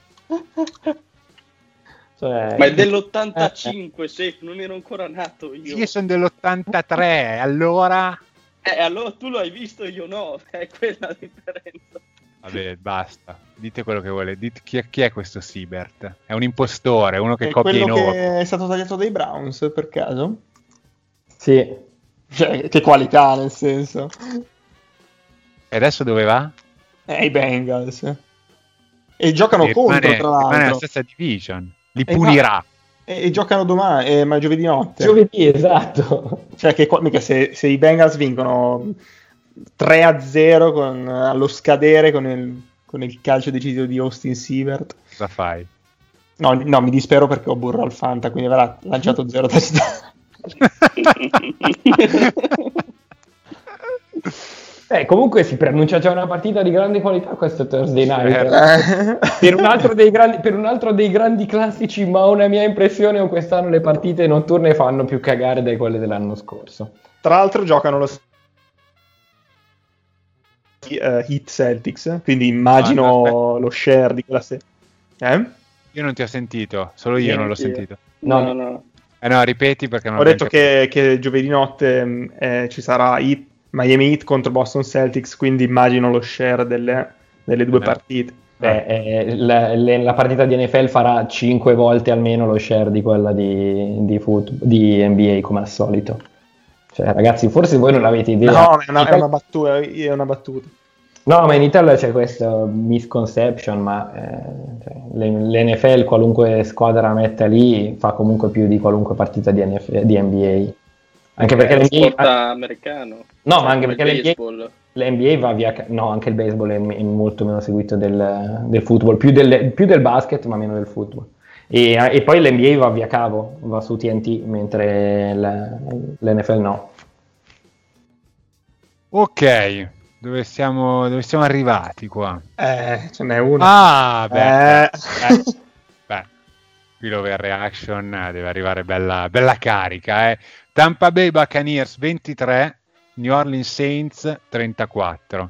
C: Cioè...
E: Ma è dell'ottantacinque, safe, non ero ancora nato io.
B: Io sono dell'ottantatré, allora...
E: Eh, allora tu lo hai visto, io no, è quella la differenza.
B: Vabbè, basta. Dite quello che vuole. Dite chi è, chi è questo Siebert? È un impostore, uno che
D: è
B: copia i
D: quello
B: nomi.
D: che è stato tagliato dai Browns, per caso?
C: Sì.
D: Cioè, che qualità, nel senso.
B: E adesso dove va?
D: Eh, i Bengals. E giocano
B: E
D: contro,
B: rimane,
D: tra l'altro.
B: rimane nella stessa division. Li
D: E
B: punirà.
D: E, e giocano domani, eh, ma giovedì notte.
C: Giovedì, esatto.
D: Cioè, che mica se, se i Bengals vincono tre a zero con, allo scadere con il, con il calcio deciso di Austin Siebert.
B: Cosa fai?
D: No, no, mi dispero perché ho burro al Fanta, quindi avrà lanciato zero touchdown.
C: Eh, comunque si preannuncia già una partita di grande qualità questo Thursday night. per, un altro dei grandi, per un altro dei grandi classici, ma una mia impressione è che quest'anno le partite notturne fanno più cagare di quelle dell'anno scorso.
D: Tra l'altro giocano lo uh, Heat Celtics, quindi immagino ah, lo share di quella sera. Eh?
B: Io non ti ho sentito, solo io
E: Niente.
B: non l'ho sentito.
E: No, no, no.
B: Eh no, ripeti perché non
D: ho detto che, che giovedì notte eh, ci sarà Heat, Miami Heat contro Boston Celtics, quindi immagino lo share delle, delle due eh. partite.
C: Beh, eh, la, le, la partita di N F L farà cinque volte almeno lo share di quella di, di, foot, di N B A come al solito. Cioè, ragazzi, forse voi non avete idea.
D: No, è una, è una battuta, è una battuta.
C: No, ma in Italia c'è questa misconception, ma eh, cioè, l'N F L, qualunque squadra metta lì, fa comunque più di qualunque partita di, N F L, di N B A. Anche perché
E: è
C: l'N B A...
E: sport americano.
C: No,
E: cioè,
C: ma anche perché l'N B A, l'N B A va via... No, anche il baseball è, è molto meno seguito del, del football, più del, più del basket, ma meno del football. E, e poi l'N B A va via cavo, va su T N T, mentre l'N F L no.
B: Ok. Dove siamo, dove siamo arrivati qua?
D: Eh, ce n'è uno.
B: Ah, beh,
D: eh.
B: beh, beh. Qui l'overreaction deve arrivare bella, bella carica. Eh. Tampa Bay Buccaneers ventitré, New Orleans Saints trentaquattro.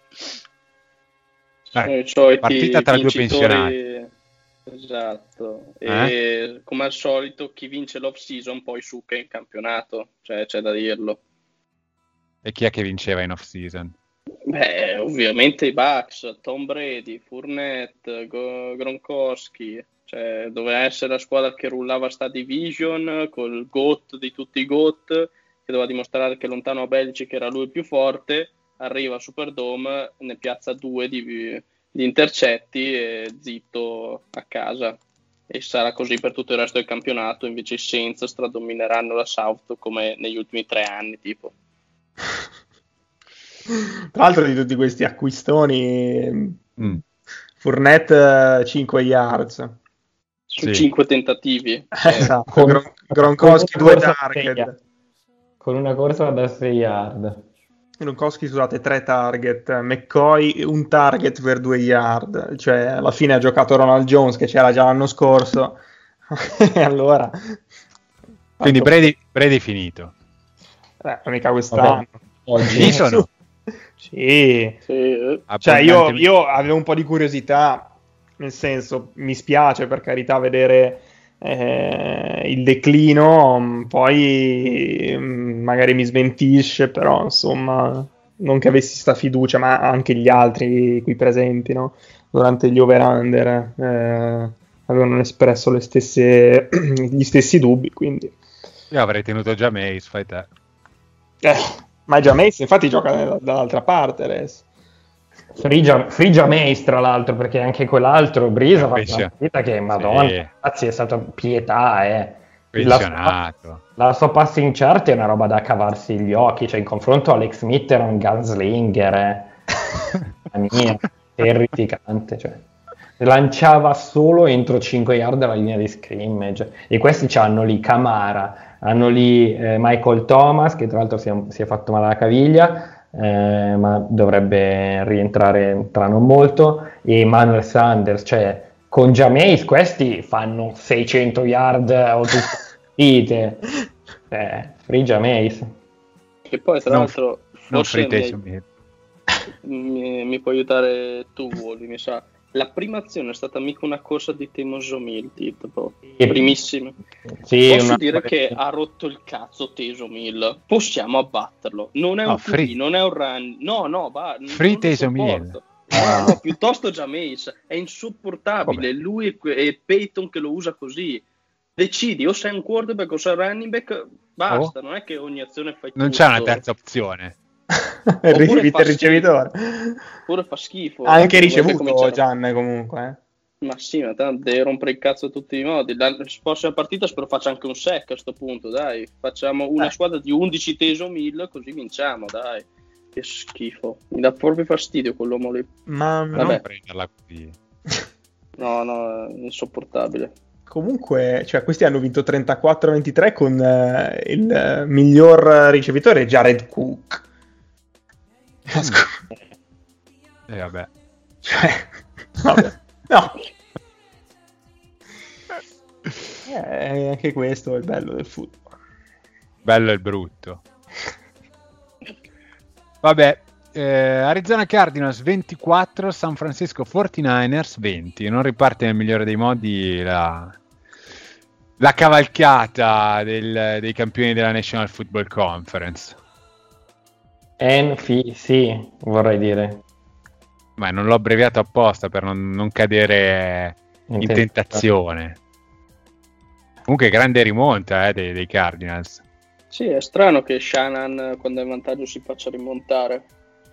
B: Eh,
E: soliti
B: partita tra due pensionati.
E: Esatto. E
B: eh?
E: come al solito chi vince l'off-season poi succa in campionato, cioè c'è da dirlo.
B: E chi è che vinceva in off-season?
E: Beh, ovviamente i Bucks, Tom Brady, Fournette, Go- Gronkowski, cioè doveva essere la squadra che rullava sta division col GOAT di tutti i GOAT, che doveva dimostrare che lontano a Belichick era lui il più forte, arriva a Superdome, ne piazza due di, di intercetti e zitto a casa. E sarà così per tutto il resto del campionato, invece i Saints stradomineranno la South come negli ultimi tre anni tipo.
D: Tra l'altro di tutti questi acquistoni
B: mm.
D: Fournette cinque yards
E: su
B: sì.
E: cinque tentativi
D: esatto.
C: Con,
D: Gron- Gronkowski
C: con
D: due
C: corsa
D: target
C: con una corsa da sei yard.
D: Gronkowski scusate tre target, McCoy un target per due yard, cioè alla fine ha giocato Ronald Jones che c'era già l'anno scorso e allora
B: quindi Brady, Brady è finito
D: eh, mica quest'anno.
B: Oggi sono
D: sì,
E: sì.
D: cioè io, io avevo un po' di curiosità nel senso, mi spiace per carità vedere eh, il declino, poi mh, magari mi smentisce, però insomma, non che avessi sta fiducia, ma anche gli altri qui presenti, no? Durante gli over-under eh, avevano espresso le stesse, gli stessi dubbi, quindi...
B: Io avrei tenuto già Mace, fai te.
D: Eh, ma già Mace infatti gioca dall'altra parte adesso.
C: Frigia, Frigia Mace tra l'altro, perché anche quell'altro Breeze ha fatto
B: Invece,
C: una partita che madonna,
B: sì.
C: ragazzi, è stata pietà, eh. La
B: Pensionato.
C: sua, la sua passing chart è una roba da cavarsi gli occhi, cioè in confronto a Alex Smith era un gunslinger, eh. Mia, terrificante, cioè. Lanciava solo entro cinque yard dalla linea di scrimmage, e questi hanno lì Camara, hanno lì eh, Michael Thomas, che tra l'altro si è, si è fatto male alla caviglia, eh, ma dovrebbe rientrare tra non molto, e Manuel Sanders, cioè con Jameis questi fanno seicento yard o tutte eh, free Jameis,
E: che poi tra
B: Non-
E: l'altro
B: Non
E: forse
B: frite
E: mi, mi, mi puoi aiutare tu, Wally, mi sa. La prima azione è stata mica una corsa di Timo Mill, tipo,
C: Sì.
E: primissima.
C: sì,
E: Posso
C: una-
E: dire che ha rotto il cazzo Taysom Hill. Possiamo abbatterlo. Non è
B: No,
E: un
B: free.
E: Q B, non è un run. No, no, va. non
B: Free
E: lo
B: Taysom
E: sopporto.
C: Ah.
E: No, no, piuttosto Jameis. È insopportabile.
B: Vabbè.
E: Lui e, e Peyton che lo usa così. Decidi, o sei un quarterback o sei un running back. Basta,
B: Oh.
E: non è che ogni azione fai
B: Non
E: tutto.
B: c'è una terza opzione.
D: il
E: Oppure
D: ricevi-
E: fa
D: il ricevitore.
E: Oppure fa schifo.
D: Ha anche
E: Dovrebbe
D: ricevuto
E: cominciare-
D: Gian comunque. Eh.
E: Ma sì, ma tanto deve rompere il cazzo a tutti i modi. La prossima partita spero faccia anche un sec a sto punto, dai. Facciamo una
D: Eh.
E: squadra di undici Taysom Hill, così vinciamo, dai. Che schifo. Mi dà proprio fastidio quell'uomo lì.
D: Ma
B: Ma
E: Vabbè.
B: non prenderla così.
E: No, no, è insopportabile.
D: comunque, cioè, questi hanno vinto trentaquattro a ventitré con eh, il eh, miglior ricevitore Jared Cook.
B: E vabbè.
D: Cioè, vabbè, no. Eh, anche questo è il bello del football.
B: Bello e brutto. Vabbè, eh, Arizona Cardinals ventiquattro, San Francisco quarantanovers venti. Non riparte nel migliore dei modi la, la cavalcata del- dei campioni della National Football Conference.
C: N F C, vorrei dire.
B: Ma non l'ho abbreviato apposta per non, non cadere in tentazione. Comunque grande rimonta eh, dei, dei Cardinals.
E: Sì, è strano che Shannon quando è in vantaggio si faccia rimontare.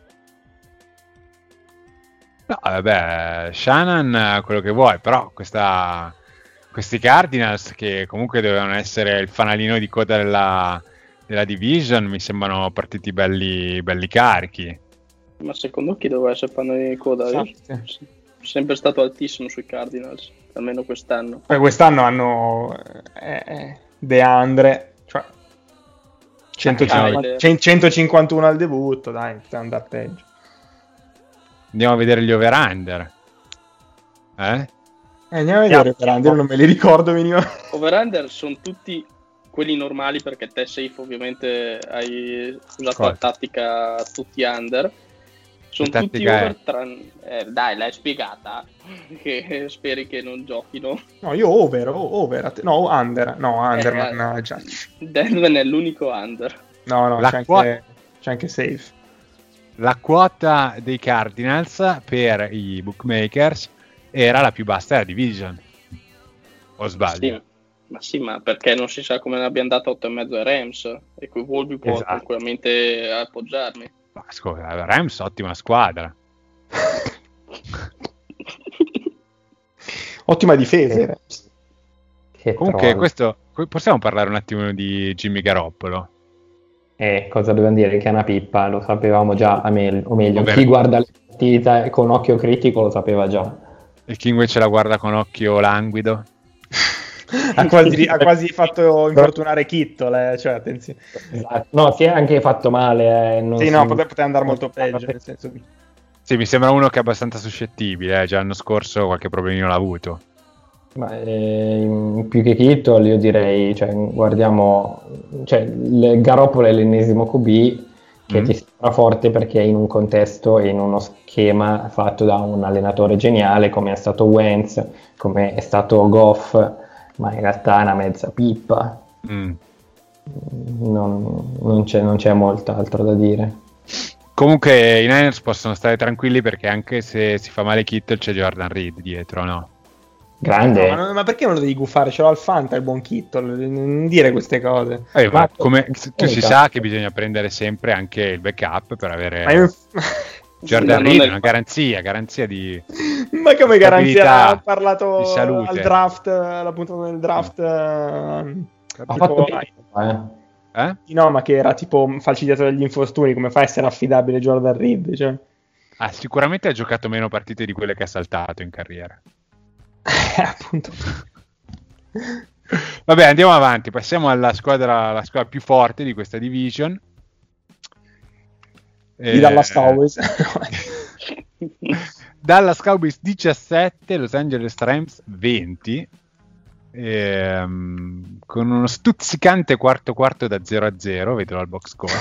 B: No, vabbè, Shannon quello che vuoi, però questa, questi Cardinals che comunque dovevano essere il fanalino di coda della, della division mi sembrano partiti belli, belli carichi.
E: Ma secondo chi doveva essere fanno di coda? Io
D: Esatto.
E: sono sempre stato altissimo sui Cardinals, almeno quest'anno.
D: Poi quest'anno hanno eh, eh, De Andre, cioè centocinquanta,
E: Dai,
D: cent- centocinquantuno al debutto, dai, poteva andare peggio.
B: Andiamo a vedere gli over-under. Eh?
D: Eh, andiamo a vedere,
C: Yeah.
D: per Andre, non me li ricordo minimamente.
E: Over-under sono tutti quelli normali perché te safe ovviamente hai usato
B: Cosa?
E: la tattica tutti under. Sono
B: Che
E: tutti
B: tattica è?
E: over tran- eh, dai, l'hai spiegata che speri che non giochino.
D: No, io over, o- over, att- no, under, no, under,
E: Eh,
D: mannaggia.
E: Denver è l'unico under.
D: No, no,
B: La
D: c'è
B: qua-
D: anche, c'è anche safe.
B: La quota dei Cardinals per i bookmakers era la più bassa della division. O sbaglio?
E: Sì, ma sì, ma perché non si sa come ne abbiamo dato otto e mezzo ai Rams e quei Wolvi può
C: Esatto.
E: tranquillamente appoggiarmi.
B: Ma scusa, la Rams ottima squadra.
D: Ottima difesa.
C: Che
B: Comunque,
C: troll.
B: questo possiamo parlare un attimo di Jimmy Garoppolo?
C: Eh, cosa dobbiamo dire? Che è una pippa, lo sapevamo già, a me- o meglio,
B: Vabbè.
C: chi guarda le partite con occhio critico lo sapeva già.
B: E chi invece la guarda con occhio languido?
D: ha, quasi, ha quasi fatto infortunare Kittle, eh, cioè attenzione.
C: Esatto. No, si è anche fatto male. Eh, non
D: Sì,
C: si-
D: no, poteva, poteva andare molto peggio, nel senso che...
B: Sì, mi sembra uno che è abbastanza suscettibile. Eh. Già l'anno scorso qualche problemino l'ha avuto.
C: Ma, eh, più che Kittle io direi, cioè, guardiamo, cioè, il Garoppolo è l'ennesimo Q B che
B: Mm.
C: ti sembra forte perché è in un contesto e in uno schema fatto da un allenatore geniale come è stato Wentz, come è stato Goff, ma in realtà è una mezza pippa.
B: Mm.
C: Non, non c'è, non c'è molto altro da dire.
B: Comunque i Niners possono stare tranquilli perché anche se si fa male Kittle c'è Jordan Reed dietro, no?
C: Grande.
D: No, ma, non- ma perché me lo devi gufare? Ce l'ho al Fanta il buon Kittle, non dire queste cose.
B: Eh, ma
C: Ma-
B: come tu si
C: Unica.
B: sa che bisogna prendere sempre anche il backup per avere
D: Ma, io-
B: Jordan
E: Ma non
B: Reed,
E: è-
B: è una garanzia, garanzia di
D: ma come garanzia
B: stabilità,
D: ha parlato
B: di salute.
D: al draft, alla puntata del draft, eh,
C: Ha
D: tipo,
C: fatto
D: ai-
C: bene, eh.
B: eh?
D: sì, no, ma che era tipo falcidiato dagli infortuni, come fa a essere affidabile Jordan Reed? Cioè.
B: Ah, sicuramente ha giocato meno partite di quelle che ha saltato in carriera.
D: Eh, appunto.
B: Vabbè, andiamo avanti, passiamo alla squadra, la squadra più forte di questa division.
D: Di
B: Eh,
D: Dallas Cowboys.
B: Dallas Cowboys diciassette, Los Angeles Rams venti, ehm, con uno stuzzicante quarto quarto da zero a zero, vedo al box score.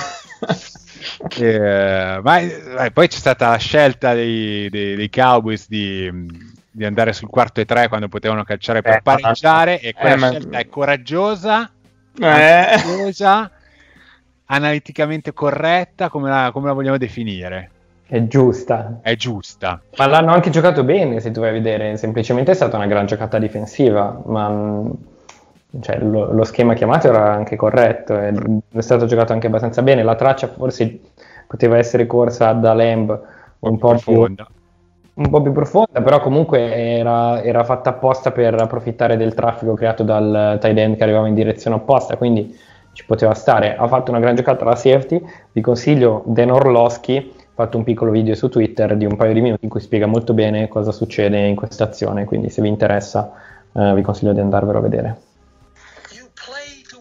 B: Eh, ma eh, poi c'è stata la scelta dei, dei- dei Cowboys di, di andare sul quarto e tre quando potevano calciare per
C: Eh,
B: pareggiare, e quella
D: eh, ma-
B: scelta è coraggiosa,
D: Eh.
B: ambiziosa, analiticamente corretta, come la, come la vogliamo definire?
C: È giusta.
B: È giusta.
C: Ma l'hanno anche giocato bene, se tu vai a vedere, semplicemente è stata una gran giocata difensiva, ma mh, cioè, lo, lo schema chiamato era anche corretto, e è stato giocato anche abbastanza bene, la traccia forse poteva essere corsa da Lamb un,
B: Un
C: po' più,
B: profonda.
C: un po' più profonda, però comunque era, era fatta apposta per approfittare del traffico creato dal tight end che arrivava in direzione opposta, quindi ci poteva stare. Ha fatto una gran giocata alla safety, vi consiglio Dan Orlovsky, ha fatto un piccolo video su Twitter di un paio di minuti in cui spiega molto bene cosa succede in questa azione, quindi se vi interessa eh, vi consiglio di andarvelo a vedere.
A: You play to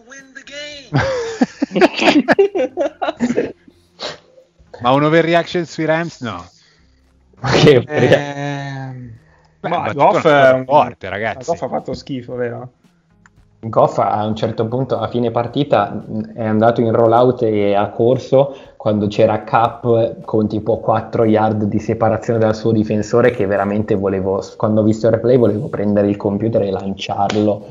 A: win the game.
B: Ma un overreaction sui Rams? No.
C: Che-
D: Eh,
B: Beh,
D: ma
B: ha battuto
D: Goff
B: una squadra
D: è un-
B: forte, ragazzi.
D: Goff ha fatto schifo, vero?
C: Goff a un certo punto a fine partita mh, è andato in rollout e ha corso quando c'era Cup con tipo quattro yard di separazione dal suo difensore, che veramente volevo, quando ho visto il replay volevo prendere il computer e lanciarlo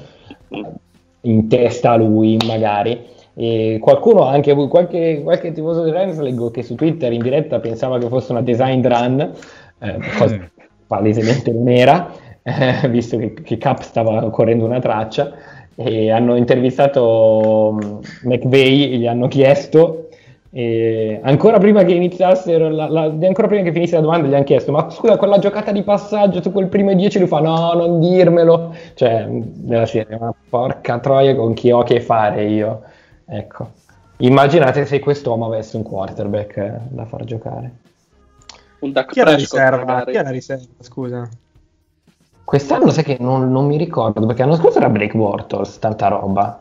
C: in testa a lui magari. E qualcuno, anche qualche, qualche tifoso di Rams, leggo che su Twitter in diretta pensava che fosse una designed run, eh, cosa palesemente non era, eh, visto che, che Cup stava correndo una traccia. E hanno intervistato um, McVay e gli hanno chiesto, e ancora prima che iniziassero la, la, ancora prima che finisse la domanda, gli hanno chiesto: ma scusa, quella giocata di passaggio su quel primo dieci, lui fa no, non dirmelo, cioè della serie, ma porca troia, con chi ho a che fare io, ecco. Immaginate se quest'uomo avesse un quarterback eh, da far giocare.
E: Un Dak
D: Chi è la
E: Prescott,
D: riserva?
E: magari.
D: Chi è la riserva? Scusa.
C: Quest'anno sai che non, non mi ricordo, perché l'anno scorso era Blake Bortles, tanta roba.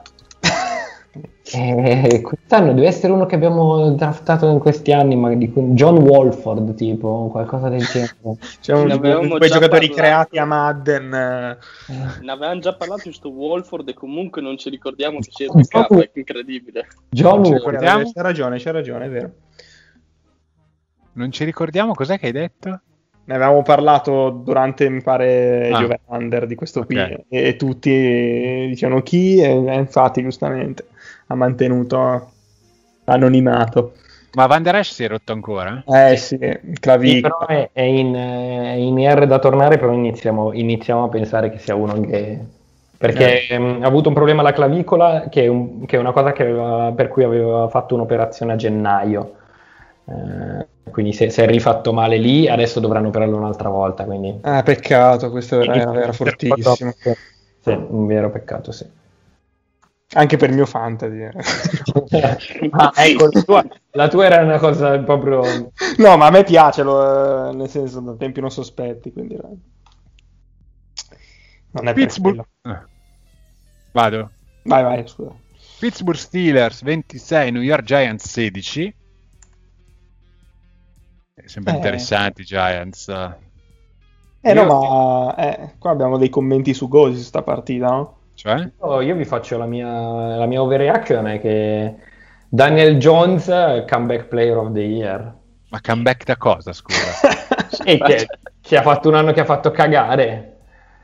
C: E quest'anno deve essere uno che abbiamo draftato in questi anni, ma di John Wolford, tipo, qualcosa del genere.
D: C'è un,
E: Ne avevamo
D: quei
E: già
D: giocatori
E: parlato.
D: creati a Madden. eh.
E: Ne avevamo già parlato di sto Wolford e comunque non ci ricordiamo che sia
C: Oh,
E: il capo,
C: oh.
E: è incredibile.
C: John
D: C'è-
C: Wolford.
B: ricordiamo?
D: C'è ragione, c'è ragione, è vero.
B: Non ci ricordiamo cos'è che hai detto?
D: Ne avevamo parlato durante, mi pare,
B: Ah.
D: gli over-under di questo qui,
B: Ok.
D: e, e tutti dicevano chi, e e infatti giustamente ha mantenuto anonimato.
B: Ma Van Der Esch si è rotto ancora?
D: Eh sì,
C: Sì,
D: clavicola.
C: però è, è in, è in I R da tornare, però iniziamo, iniziamo a pensare che sia uno che... Perché ehm, ha avuto un problema alla clavicola, che è, un- che è una cosa che aveva- per cui aveva fatto un'operazione a gennaio. Eh, quindi si è, si è rifatto male lì, adesso dovranno operarlo un'altra volta. Quindi...
D: Ah, peccato, questo era, era, era fortissimo.
C: Sì, un vero peccato, sì.
D: Anche per il mio fantasy.
C: Ah, ecco, la tua, la tua era una cosa proprio...
D: No, ma a me piace, lo- nel senso, da tempi non sospetti, quindi non è per
B: Pittsburgh.
D: quello.
B: Eh. Vado.
D: Vai, vai, scusa.
B: Pittsburgh Steelers ventisei, New York Giants sedici. Sempre
D: Eh.
B: interessanti i Giants.
D: Eh
B: Io-
D: no, ma eh, qua abbiamo dei commenti su Gosi su sta partita, no?
B: Cioè?
C: Oh, io vi faccio la mia, la mia overreaction, è che Daniel Jones, comeback player of the year.
B: Ma comeback da cosa, scusa?
C: E che, che ha fatto un anno che ha fatto cagare.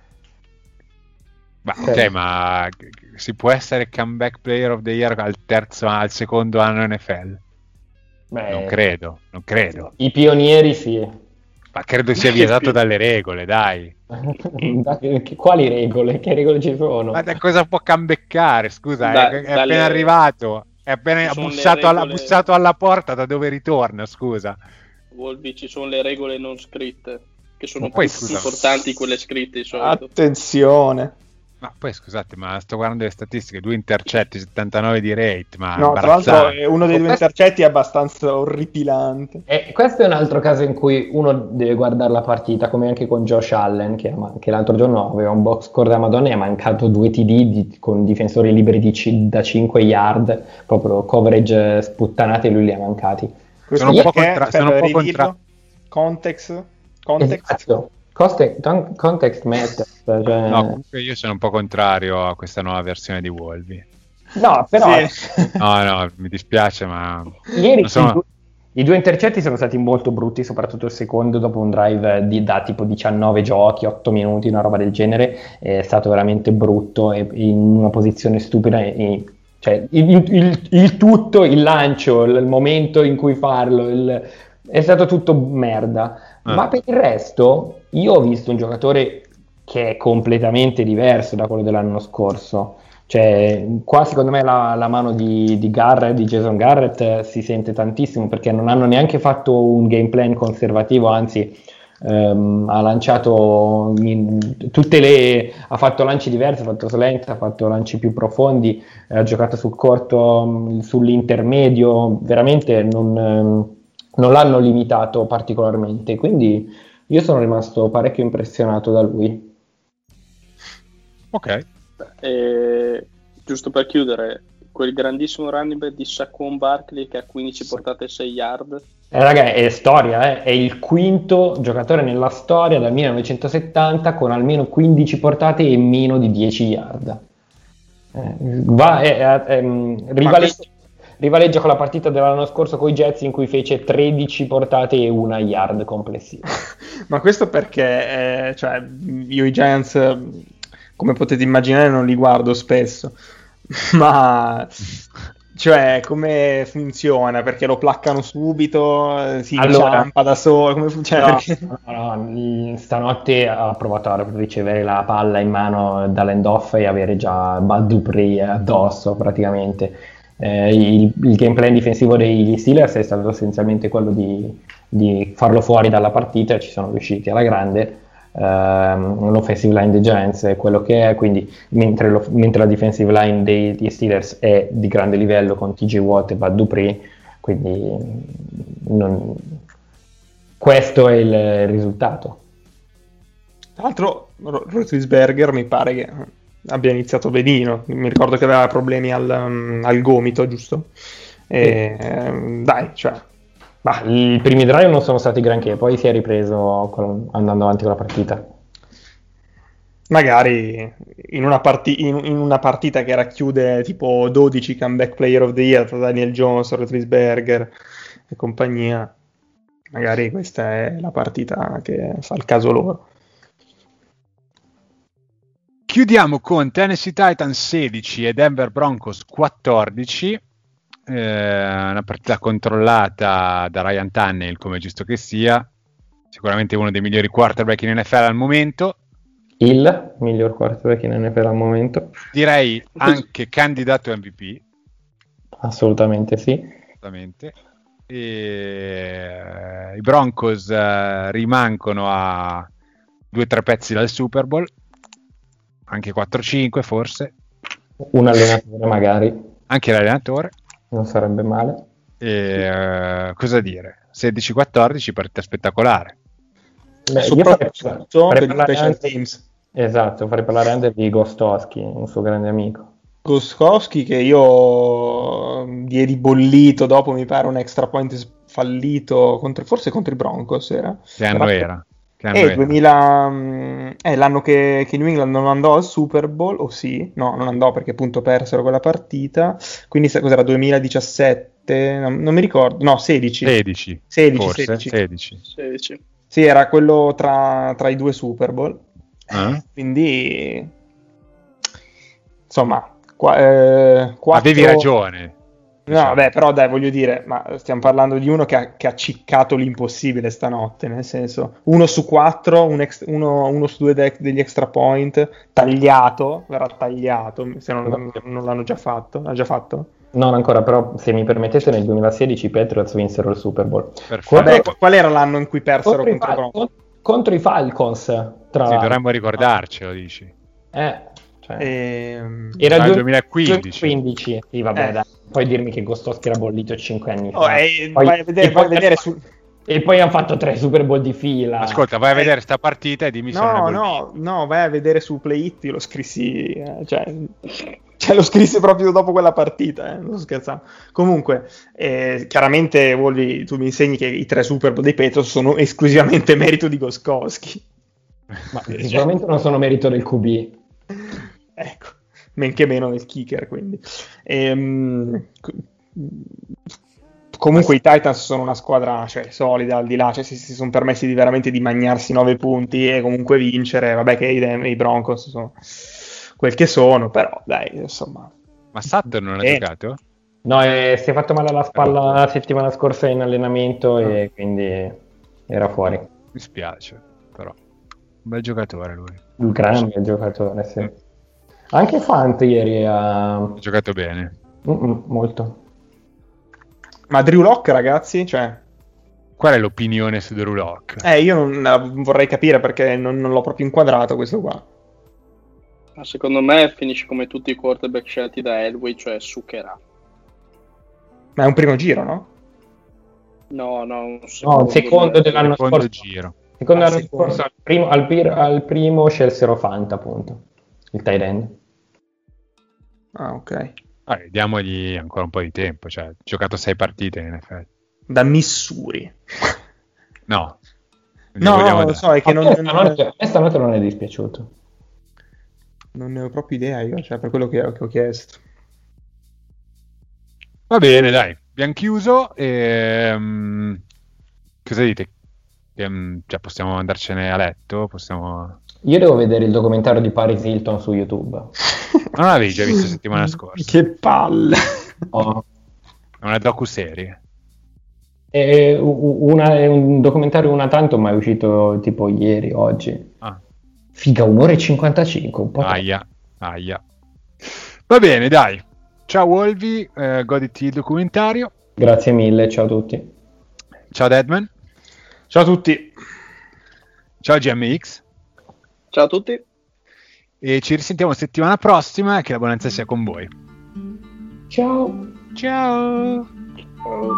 B: Ma ok, ma si può essere comeback player of the year al terzo, al secondo anno N F L? Beh, non credo, non credo.
C: I pionieri sì.
B: Ma credo sia vietato dalle regole, dai.
C: Quali regole? Che regole ci sono?
B: Ma da cosa può comebackare? Scusa,
E: da,
B: è, è
E: dalle...
B: appena arrivato. È appena ha bussato, regole... alla, bussato alla porta, da dove ritorna, scusa.
E: Wolby, ci sono le regole non scritte, che sono
B: poi,
E: più
B: scusa,
E: importanti quelle scritte di solito.
D: Attenzione.
B: Ma poi scusate, ma sto guardando le statistiche, due intercetti, settantanove di rate, ma
D: no, tra l'altro uno dei due questo... intercetti è abbastanza orripilante.
C: E questo è un altro caso in cui uno deve guardare la partita, come anche con Josh Allen, che, che l'altro giorno aveva un box score da Madonna e ha mancato due T D di, con difensori liberi di c- da cinque yard, proprio coverage sputtanate e lui li ha mancati.
B: Sono un po' contra- sono un po' contra-
D: context, context.
C: Esatto. Context, context matters, cioè...
B: No, comunque io sono un po' contrario a questa nuova versione di Wolby.
C: No, però...
D: Sì.
B: No, no, mi dispiace, ma...
C: Ieri
B: sono...
C: i, due, i due intercetti sono stati molto brutti, soprattutto il secondo, dopo un drive di, da tipo diciannove giochi, otto minuti, una roba del genere, è stato veramente brutto e in una posizione stupida. E, cioè, il, il, il tutto, il lancio, il, il momento in cui farlo, il, è stato tutto merda. Ah. Ma per il resto, io ho visto un giocatore che è completamente diverso da quello dell'anno scorso. Cioè, qua secondo me la, la mano di, di Garrett, di Jason Garrett, eh, si sente tantissimo, perché non hanno neanche fatto un game plan conservativo, anzi ehm, ha lanciato in, tutte le ha fatto lanci diversi, ha fatto slant, ha fatto lanci più profondi, eh, ha giocato sul corto, sull'intermedio, veramente non... Ehm, non l'hanno limitato particolarmente, quindi io sono rimasto parecchio impressionato da lui.
B: Ok.
E: E, giusto per chiudere, quel grandissimo running back di Saquon Barkley che ha quindici portate e sei yard.
C: Eh, raga, è storia, eh? È il quinto giocatore nella storia dal millenovecentosettanta con almeno quindici portate e meno di dieci yard. Eh, va, è, è, è, rivaleggia, rivaleggia con la partita dell'anno scorso con i Jets in cui fece tredici portate e una yard complessiva.
D: Ma questo perché eh, cioè, io i Giants, come potete immaginare, non li guardo spesso, ma cioè come funziona? Perché lo placcano subito, si
C: allora,
D: inciampa da solo, come funziona?
C: No,
D: perché...
C: no, no, stanotte ha provato a ricevere la palla in mano dall'end-off e avere già Bud Dupree addosso praticamente. Eh, il, il game plan difensivo degli Steelers è stato essenzialmente quello di, di farlo fuori dalla partita e ci sono riusciti alla grande. Uh, l'offensive line dei Giants è quello che è, quindi mentre, lo, mentre la defensive line dei, dei Steelers è di grande livello con T J Watt e Bud Dupree, quindi non... questo è il, il risultato.
D: Tra l'altro Roethlisberger mi pare che abbia iniziato benino, mi ricordo che aveva problemi al, um, al gomito, giusto? E, sì. eh, dai, cioè
C: ma i primi drive non sono stati granché, poi si è ripreso con, andando avanti con la partita.
D: Magari in una, parti- in, in una partita che racchiude tipo dodici comeback player of the year tra Daniel Jones, Roethlisberger e compagnia, magari questa è la partita che fa il caso loro.
B: Chiudiamo con Tennessee Titans sedici e Denver Broncos quattordici. Eh, una partita controllata da Ryan Tannehill, come è giusto che sia, sicuramente uno dei migliori quarterback in N F L al momento,
C: il miglior quarterback in N F L al momento,
B: direi anche candidato M V P,
C: assolutamente sì,
B: assolutamente. E i Broncos uh, rimangono a due o tre pezzi dal Super Bowl, anche quattro cinque forse,
C: un allenatore magari,
B: anche l'allenatore
C: non sarebbe male.
B: E, uh, cosa dire? sedici quattordici, partita spettacolare.
C: Beh, soprattutto per gli special teams. Esatto, farei parlare anche di Gostowski, un suo grande amico.
D: Gostowski che io ieri bollito, dopo mi pare un extra point fallito, contro, forse contro i Broncos era.
B: Che anno era? Che anno
D: Eh,
B: era?
D: duemila, mm, è l'anno che, che New England non andò al Super Bowl, o sì? No, non andò perché appunto persero quella partita, quindi sa- cos'era, duemiladiciassette? Non, non mi ricordo, no, sedici.
B: sedici,
D: sedici,
B: forse,
D: sedici.
B: sedici.
E: sedici.
D: Sì, era quello tra, tra i due Super Bowl.
B: Eh?
D: Quindi, insomma, qua, eh, quattro...
B: Avevi ragione.
D: No,
B: diciamo.
D: beh, però dai, voglio dire, ma stiamo parlando di uno che ha, che ha ciccato l'impossibile stanotte, nel senso, uno su quattro, un ex- uno, uno su due de- degli extra point, tagliato, verrà tagliato, se non, non l'hanno già fatto. L'ha già fatto?
C: Non ancora, però se mi permettete nel duemilasedici i Patriots vinsero il Super Bowl.
B: Perfetto.
D: Vabbè, qu- qual era l'anno in cui persero
C: Contro, i
D: contro i
C: Fal-
D: Broncos?
C: contro i Falcons, tra
B: Sì,
C: l'altro.
B: dovremmo ricordarcelo, dici.
C: Eh, cioè,
D: Ehm,
C: era
B: Dal
C: il
B: duemilaquindici.
C: duemilaquindici. Sì, vabbè,
D: Eh.
C: dai. Puoi dirmi che Gostowski era bollito cinque anni
D: oh,
C: fa.
D: eh,
C: Poi-
D: vai a vedere,
C: e
D: vai a
C: poi-
D: vedere su...
C: E poi hanno fatto tre Super Bowl di fila.
B: Ascolta, vai a
D: Eh.
B: vedere sta partita e dimmi se non è
D: No,
B: bollito.
D: no, no, vai a vedere su Play It, io lo scrissi, eh, cioè, cioè lo scrissi proprio dopo quella partita, eh, non sto scherzando. Comunque, eh, chiaramente Wolvi, tu mi insegni che i tre Super Bowl dei Patriots sono esclusivamente merito di Gostkowski.
C: Ma sicuramente non sono merito del Q B.
D: Ecco, men che meno del kicker, quindi. Ehm, co- comunque i Titans sono una squadra, cioè, solida, al di là, cioè, si, si sono permessi di veramente di magnarsi nove punti e comunque vincere, vabbè che i, i Broncos sono quel che sono, però dai, insomma.
B: Ma Sutton non ha
D: Eh.
B: giocato?
C: No, eh, si è fatto male alla spalla la settimana scorsa in allenamento e quindi era fuori.
B: Mi spiace, però. Un bel giocatore lui.
C: Un grande giocatore, sì. Anche Fant ieri ha...
B: Ha giocato bene.
C: Mm-mm, molto.
D: Ma Drew Lock, ragazzi, cioè,
B: Qual è l'opinione su Drew Lock?
D: eh, io non la vorrei capire perché non, non l'ho proprio inquadrato questo qua.
E: Ma secondo me finisce come tutti i quarterback scelti da Elway, cioè succherà.
D: Ma è un primo giro, no?
E: No, no, un
C: No,
E: secondo,
C: il secondo dell'anno
B: Secondo
C: scorso.
B: giro.
C: Secondo
D: Ah,
C: l'anno
D: secondo.
C: scorso al primo, al, pir- al primo scelsero Fant, appunto. Il tight end.
D: Ah, ok.
B: Vabbè, diamogli ancora un po' di tempo. Cioè, ha giocato sei partite in effetti.
D: Da Missouri.
B: No. Gli
D: No,
B: vogliamo
D: no, lo
B: dare.
D: so, è che
C: A
D: non,
C: me
D: non-
C: stanotte, a me stanotte non è dispiaciuto.
D: non ne ho proprio idea io, cioè, per quello che, che ho chiesto.
B: Va bene, dai. Abbiamo chiuso. E, mm, cosa dite? Che, mm, cioè, possiamo andarcene a letto? Possiamo...
C: Io devo vedere il documentario di Paris Hilton su YouTube.
B: Non l'avevi già visto settimana scorsa?
D: Che palle.
C: No.
B: È una docu-serie.
C: È, u- una- è un documentario una tanto, ma è uscito tipo ieri, oggi.
B: Ah,
C: Figa, un'ora e cinquantacinque, un po'.
B: aia, aia. Va bene, dai. Ciao Wolvi, eh, goditi il documentario.
C: Grazie mille, ciao a tutti.
B: Ciao Deadman.
D: Ciao a tutti.
B: Ciao G M X.
E: Ciao a tutti.
B: E ci risentiamo settimana prossima e che la buonanza sia con voi.
C: Ciao.
B: Ciao.
E: Ciao.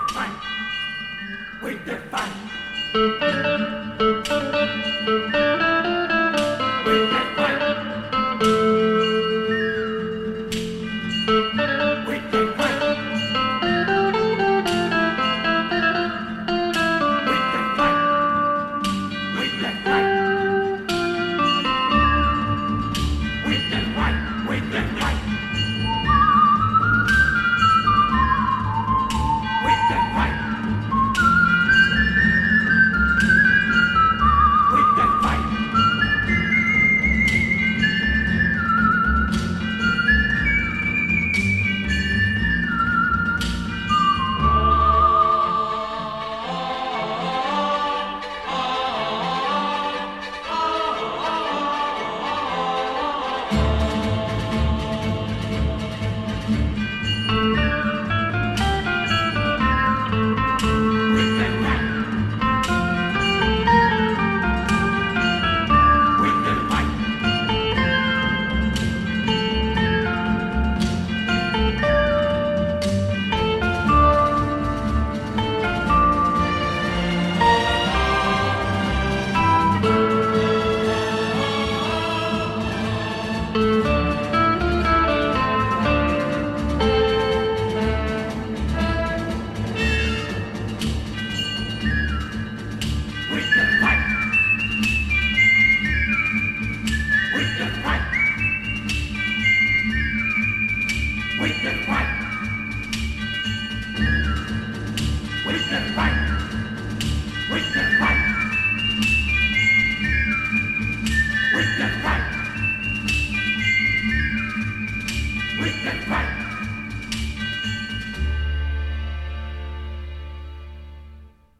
A: We define.